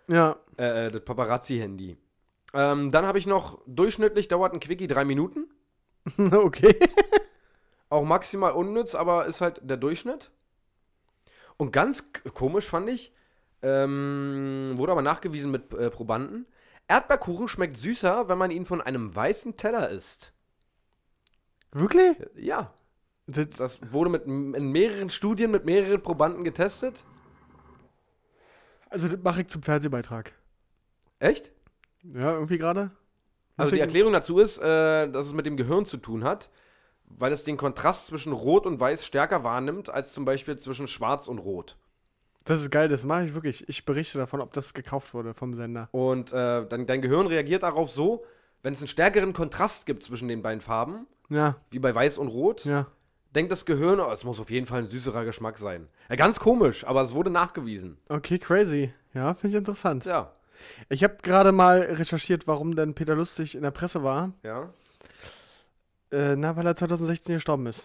Speaker 3: Ja.
Speaker 4: Das Paparazzi-Handy. Dann habe ich noch, durchschnittlich dauert ein Quickie 3 Minuten.
Speaker 3: Okay.
Speaker 4: Auch maximal unnütz, aber ist halt der Durchschnitt. Und ganz komisch fand ich, wurde aber nachgewiesen mit Probanden, Erdbeerkuchen schmeckt süßer, wenn man ihn von einem weißen Teller isst.
Speaker 3: Wirklich?
Speaker 4: Ja,
Speaker 3: Das,
Speaker 4: das wurde in mehreren Studien mit mehreren Probanden getestet.
Speaker 3: also, das mache ich zum Fernsehbeitrag.
Speaker 4: Echt?
Speaker 3: Ja, irgendwie gerade.
Speaker 4: Also die Erklärung dazu ist, dass es mit dem Gehirn zu tun hat, weil es den Kontrast zwischen Rot und Weiß stärker wahrnimmt, als zum Beispiel zwischen Schwarz und Rot.
Speaker 3: Das ist geil, das mache ich wirklich. Ich berichte davon, ob das gekauft wurde vom Sender.
Speaker 4: Und dann dein Gehirn reagiert darauf so, wenn es einen stärkeren Kontrast gibt zwischen den beiden Farben,
Speaker 3: Ja,
Speaker 4: wie bei Weiß und Rot,
Speaker 3: ja.
Speaker 4: denkt das Gehirn, oh, es muss auf jeden Fall ein süßerer Geschmack sein. Ja, ganz komisch, aber es wurde nachgewiesen.
Speaker 3: Okay, crazy. Ja, finde ich interessant.
Speaker 4: Ja,
Speaker 3: Ich habe gerade mal recherchiert, warum denn Peter Lustig in der Presse war.
Speaker 4: ja.
Speaker 3: Weil er 2016 gestorben ist.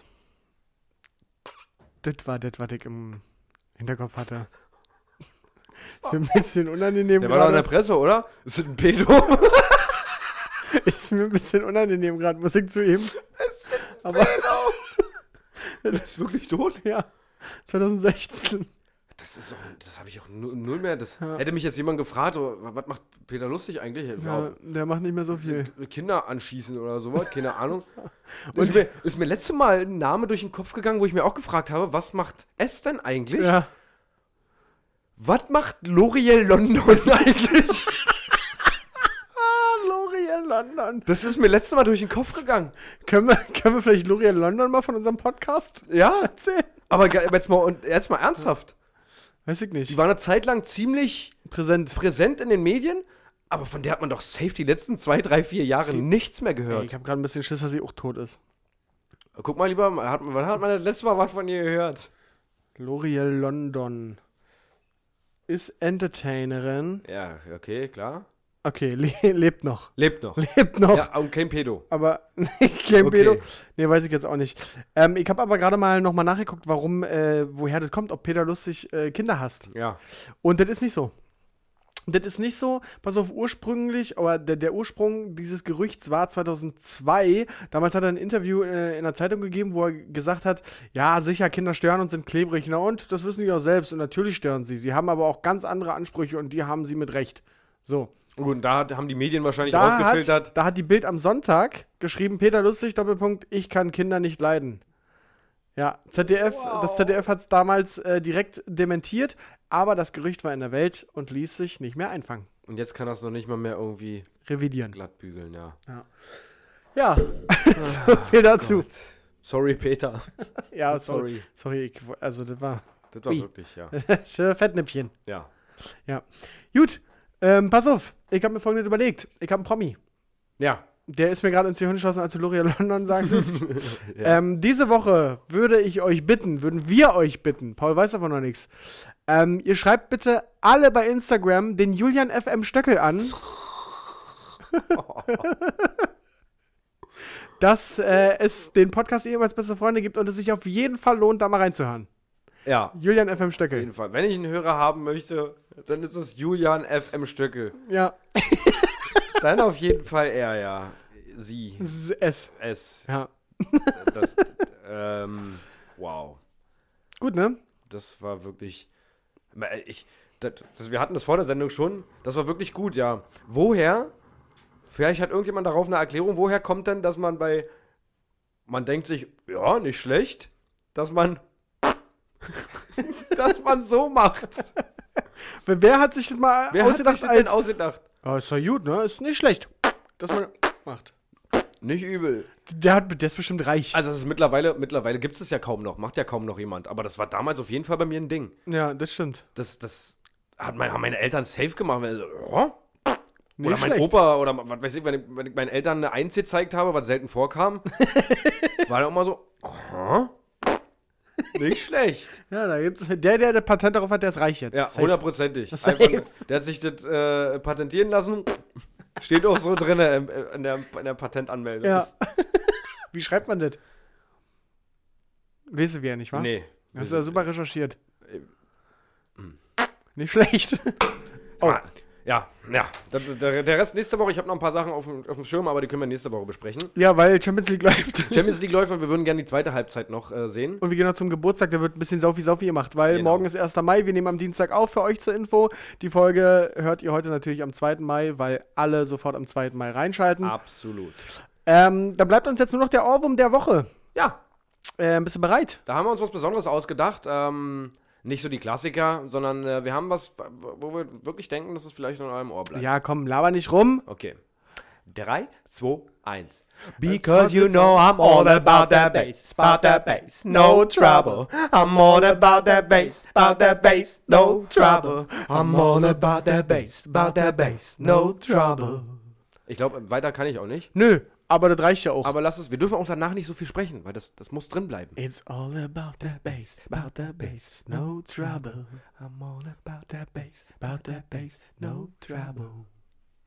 Speaker 3: Das war das, was ich im Hinterkopf hatte. Ist mir ein bisschen unangenehm
Speaker 4: Der war doch in der
Speaker 3: gerade.
Speaker 4: Presse, oder? Ist das ein Pedo?
Speaker 3: Ist mir ein bisschen unangenehm gerade, muss ich zugeben. Aber
Speaker 4: Der ist wirklich tot?
Speaker 3: ja, 2016.
Speaker 4: Das habe ich auch null mehr. Das
Speaker 3: Ja.
Speaker 4: hätte mich jetzt jemand gefragt, oh, was macht Peter Lustig eigentlich?
Speaker 3: Ja, der macht nicht mehr so viel.
Speaker 4: Kinder anschießen oder sowas, keine Ahnung.
Speaker 3: Und-
Speaker 4: ist mir letztes Mal ein Name durch den Kopf gegangen, wo ich mir auch gefragt habe, was macht es denn eigentlich?
Speaker 3: Ja.
Speaker 4: Was macht L'Oreal London eigentlich?
Speaker 3: L'Oreal London.
Speaker 4: Das ist mir letztes Mal durch den Kopf gegangen.
Speaker 3: Können wir vielleicht L'Oreal London mal von unserem Podcast
Speaker 4: Ja,
Speaker 3: erzählen?
Speaker 4: aber jetzt mal ernsthaft.
Speaker 3: Weiß ich
Speaker 4: Die
Speaker 3: nicht.
Speaker 4: war eine Zeit lang ziemlich
Speaker 3: Präsent.
Speaker 4: präsent in den Medien, aber von der hat man doch safe die letzten 2, 3, 4 Jahre nichts mehr
Speaker 3: Ey,
Speaker 4: gehört.
Speaker 3: ich habe gerade ein bisschen Schiss, dass sie auch tot ist.
Speaker 4: Guck mal lieber, wann hat man das letzte Mal was von ihr gehört?
Speaker 3: L'Oreal London ist Entertainerin.
Speaker 4: Ja, okay, klar.
Speaker 3: Okay, lebt noch.
Speaker 4: Lebt noch.
Speaker 3: Lebt noch.
Speaker 4: Ja, und kein Pedo.
Speaker 3: Aber kein
Speaker 4: Okay.
Speaker 3: Pedo. Nee, weiß ich jetzt auch nicht. Ich habe aber gerade mal nochmal nachgeguckt, woher das kommt, ob Peter Lustig Kinder hasst.
Speaker 4: Ja.
Speaker 3: Und das ist nicht so. Das ist nicht so, pass auf, ursprünglich, aber der Ursprung dieses Gerüchts war 2002. Damals hat er ein Interview in der Zeitung gegeben, wo er gesagt hat, ja, sicher, Kinder stören und sind klebrig. Na und, das wissen die auch selbst. Und natürlich stören sie. Sie haben aber auch ganz andere Ansprüche und die haben sie mit Recht. So.
Speaker 4: Gut, und da haben die Medien wahrscheinlich
Speaker 3: Da
Speaker 4: rausgefiltert.
Speaker 3: hat die Bild am Sonntag geschrieben, Peter Lustig, Doppelpunkt, ich kann Kinder nicht leiden. Ja, das ZDF hat es damals direkt dementiert, aber das Gerücht war in der Welt und ließ sich nicht mehr einfangen.
Speaker 4: Und jetzt kann das noch nicht mal mehr irgendwie
Speaker 3: Revidieren.
Speaker 4: glatt bügeln, ja.
Speaker 3: Ja, so viel dazu.
Speaker 4: Gott. Sorry, Peter.
Speaker 3: Ja,
Speaker 4: Sorry.
Speaker 3: sorry, also das war
Speaker 4: Das war
Speaker 3: Ui.
Speaker 4: wirklich, ja.
Speaker 3: Fettnäpfchen.
Speaker 4: Ja.
Speaker 3: Gut, pass auf, ich habe mir Folgendes überlegt. Ich habe einen Promi.
Speaker 4: Ja.
Speaker 3: Der ist mir gerade ins Gehirn geschossen, als du L'Oreal London sagtest. Diese Woche würden wir euch bitten, Paul weiß davon noch nichts, ihr schreibt bitte alle bei Instagram den Julian FM Stöckel an, dass es den Podcast ehemals beste Freunde gibt und es sich auf jeden Fall lohnt, da mal reinzuhören.
Speaker 4: Ja.
Speaker 3: Julian FM
Speaker 4: Auf
Speaker 3: Stöckel.
Speaker 4: jeden Fall. Wenn ich einen Hörer haben möchte, dann ist es Julian FM Stöckel.
Speaker 3: Ja,
Speaker 4: Dann auf jeden Fall er, ja. Sie.
Speaker 3: S.
Speaker 4: Es.
Speaker 3: Ja.
Speaker 4: Das, wow.
Speaker 3: Gut, ne?
Speaker 4: Das war wirklich. Wir hatten das vor der Sendung schon. Das war wirklich gut, ja. Woher? Vielleicht hat irgendjemand darauf eine Erklärung. Woher kommt denn, dass man man denkt sich, ja, nicht schlecht, dass man so macht.
Speaker 3: Wer hat sich das mal
Speaker 4: Wer hat
Speaker 3: ausgedacht
Speaker 4: sich das denn ausgedacht?
Speaker 3: Oh, ist doch gut, ne? Ist nicht schlecht, dass man macht.
Speaker 4: Nicht übel.
Speaker 3: Der ist bestimmt reich.
Speaker 4: Also es ist mittlerweile gibt es ja kaum noch, macht ja kaum noch jemand. Aber das war damals auf jeden Fall bei mir ein Ding.
Speaker 3: Ja, das stimmt.
Speaker 4: Das haben meine Eltern safe gemacht. Weil, ja.
Speaker 3: Nicht
Speaker 4: Oder mein
Speaker 3: schlecht.
Speaker 4: Opa, oder was weiß ich, wenn ich meinen Eltern eine Eins gezeigt habe, was selten vorkam, war der immer so, aha, nicht schlecht.
Speaker 3: Ja, da gibt's der das Patent darauf hat, der ist reich jetzt.
Speaker 4: Ja,
Speaker 3: Safe.
Speaker 4: 100%ig.
Speaker 3: Safe.
Speaker 4: Einfach, der hat sich das patentieren lassen, steht auch so drin in der Patentanmeldung.
Speaker 3: Ja. Wie schreibt man das? Weißt du ja nicht, wa?
Speaker 4: Nee.
Speaker 3: Hast du ja super recherchiert. Nicht schlecht. Oh,
Speaker 4: Ah, Ja. Der Rest nächste Woche. Ich habe noch ein paar Sachen auf dem Schirm, aber die können wir nächste Woche besprechen.
Speaker 3: Ja, weil Champions League läuft.
Speaker 4: Champions League läuft und wir würden gerne die zweite Halbzeit noch sehen.
Speaker 3: Und wir gehen noch zum Geburtstag, der wird ein bisschen Saufi gemacht, weil
Speaker 4: Genau.
Speaker 3: morgen ist 1. Mai, wir nehmen am Dienstag auf für euch zur Info. Die Folge hört ihr heute natürlich am 2. Mai, weil alle sofort am 2. Mai reinschalten.
Speaker 4: Absolut.
Speaker 3: Dann bleibt uns jetzt nur noch der Ohrwurm der Woche.
Speaker 4: Ja,
Speaker 3: Bist du bereit?
Speaker 4: da haben wir uns was Besonderes ausgedacht. Nicht so die Klassiker, sondern wir haben was, wo wir wirklich denken, dass es vielleicht in eurem Ohr bleibt.
Speaker 3: Ja, komm, laber nicht rum.
Speaker 4: Okay. 3, 2, 1.
Speaker 5: Because you know I'm all about that bass, no trouble. I'm all about that bass, no trouble. I'm all about that bass, no trouble.
Speaker 4: Ich glaube, weiter kann ich auch nicht.
Speaker 3: Nö, aber das reicht ja auch.
Speaker 4: Aber lass es, wir dürfen auch danach nicht so viel sprechen, weil das muss drin bleiben.
Speaker 3: It's all about that bass, no trouble. I'm all about that bass, no trouble.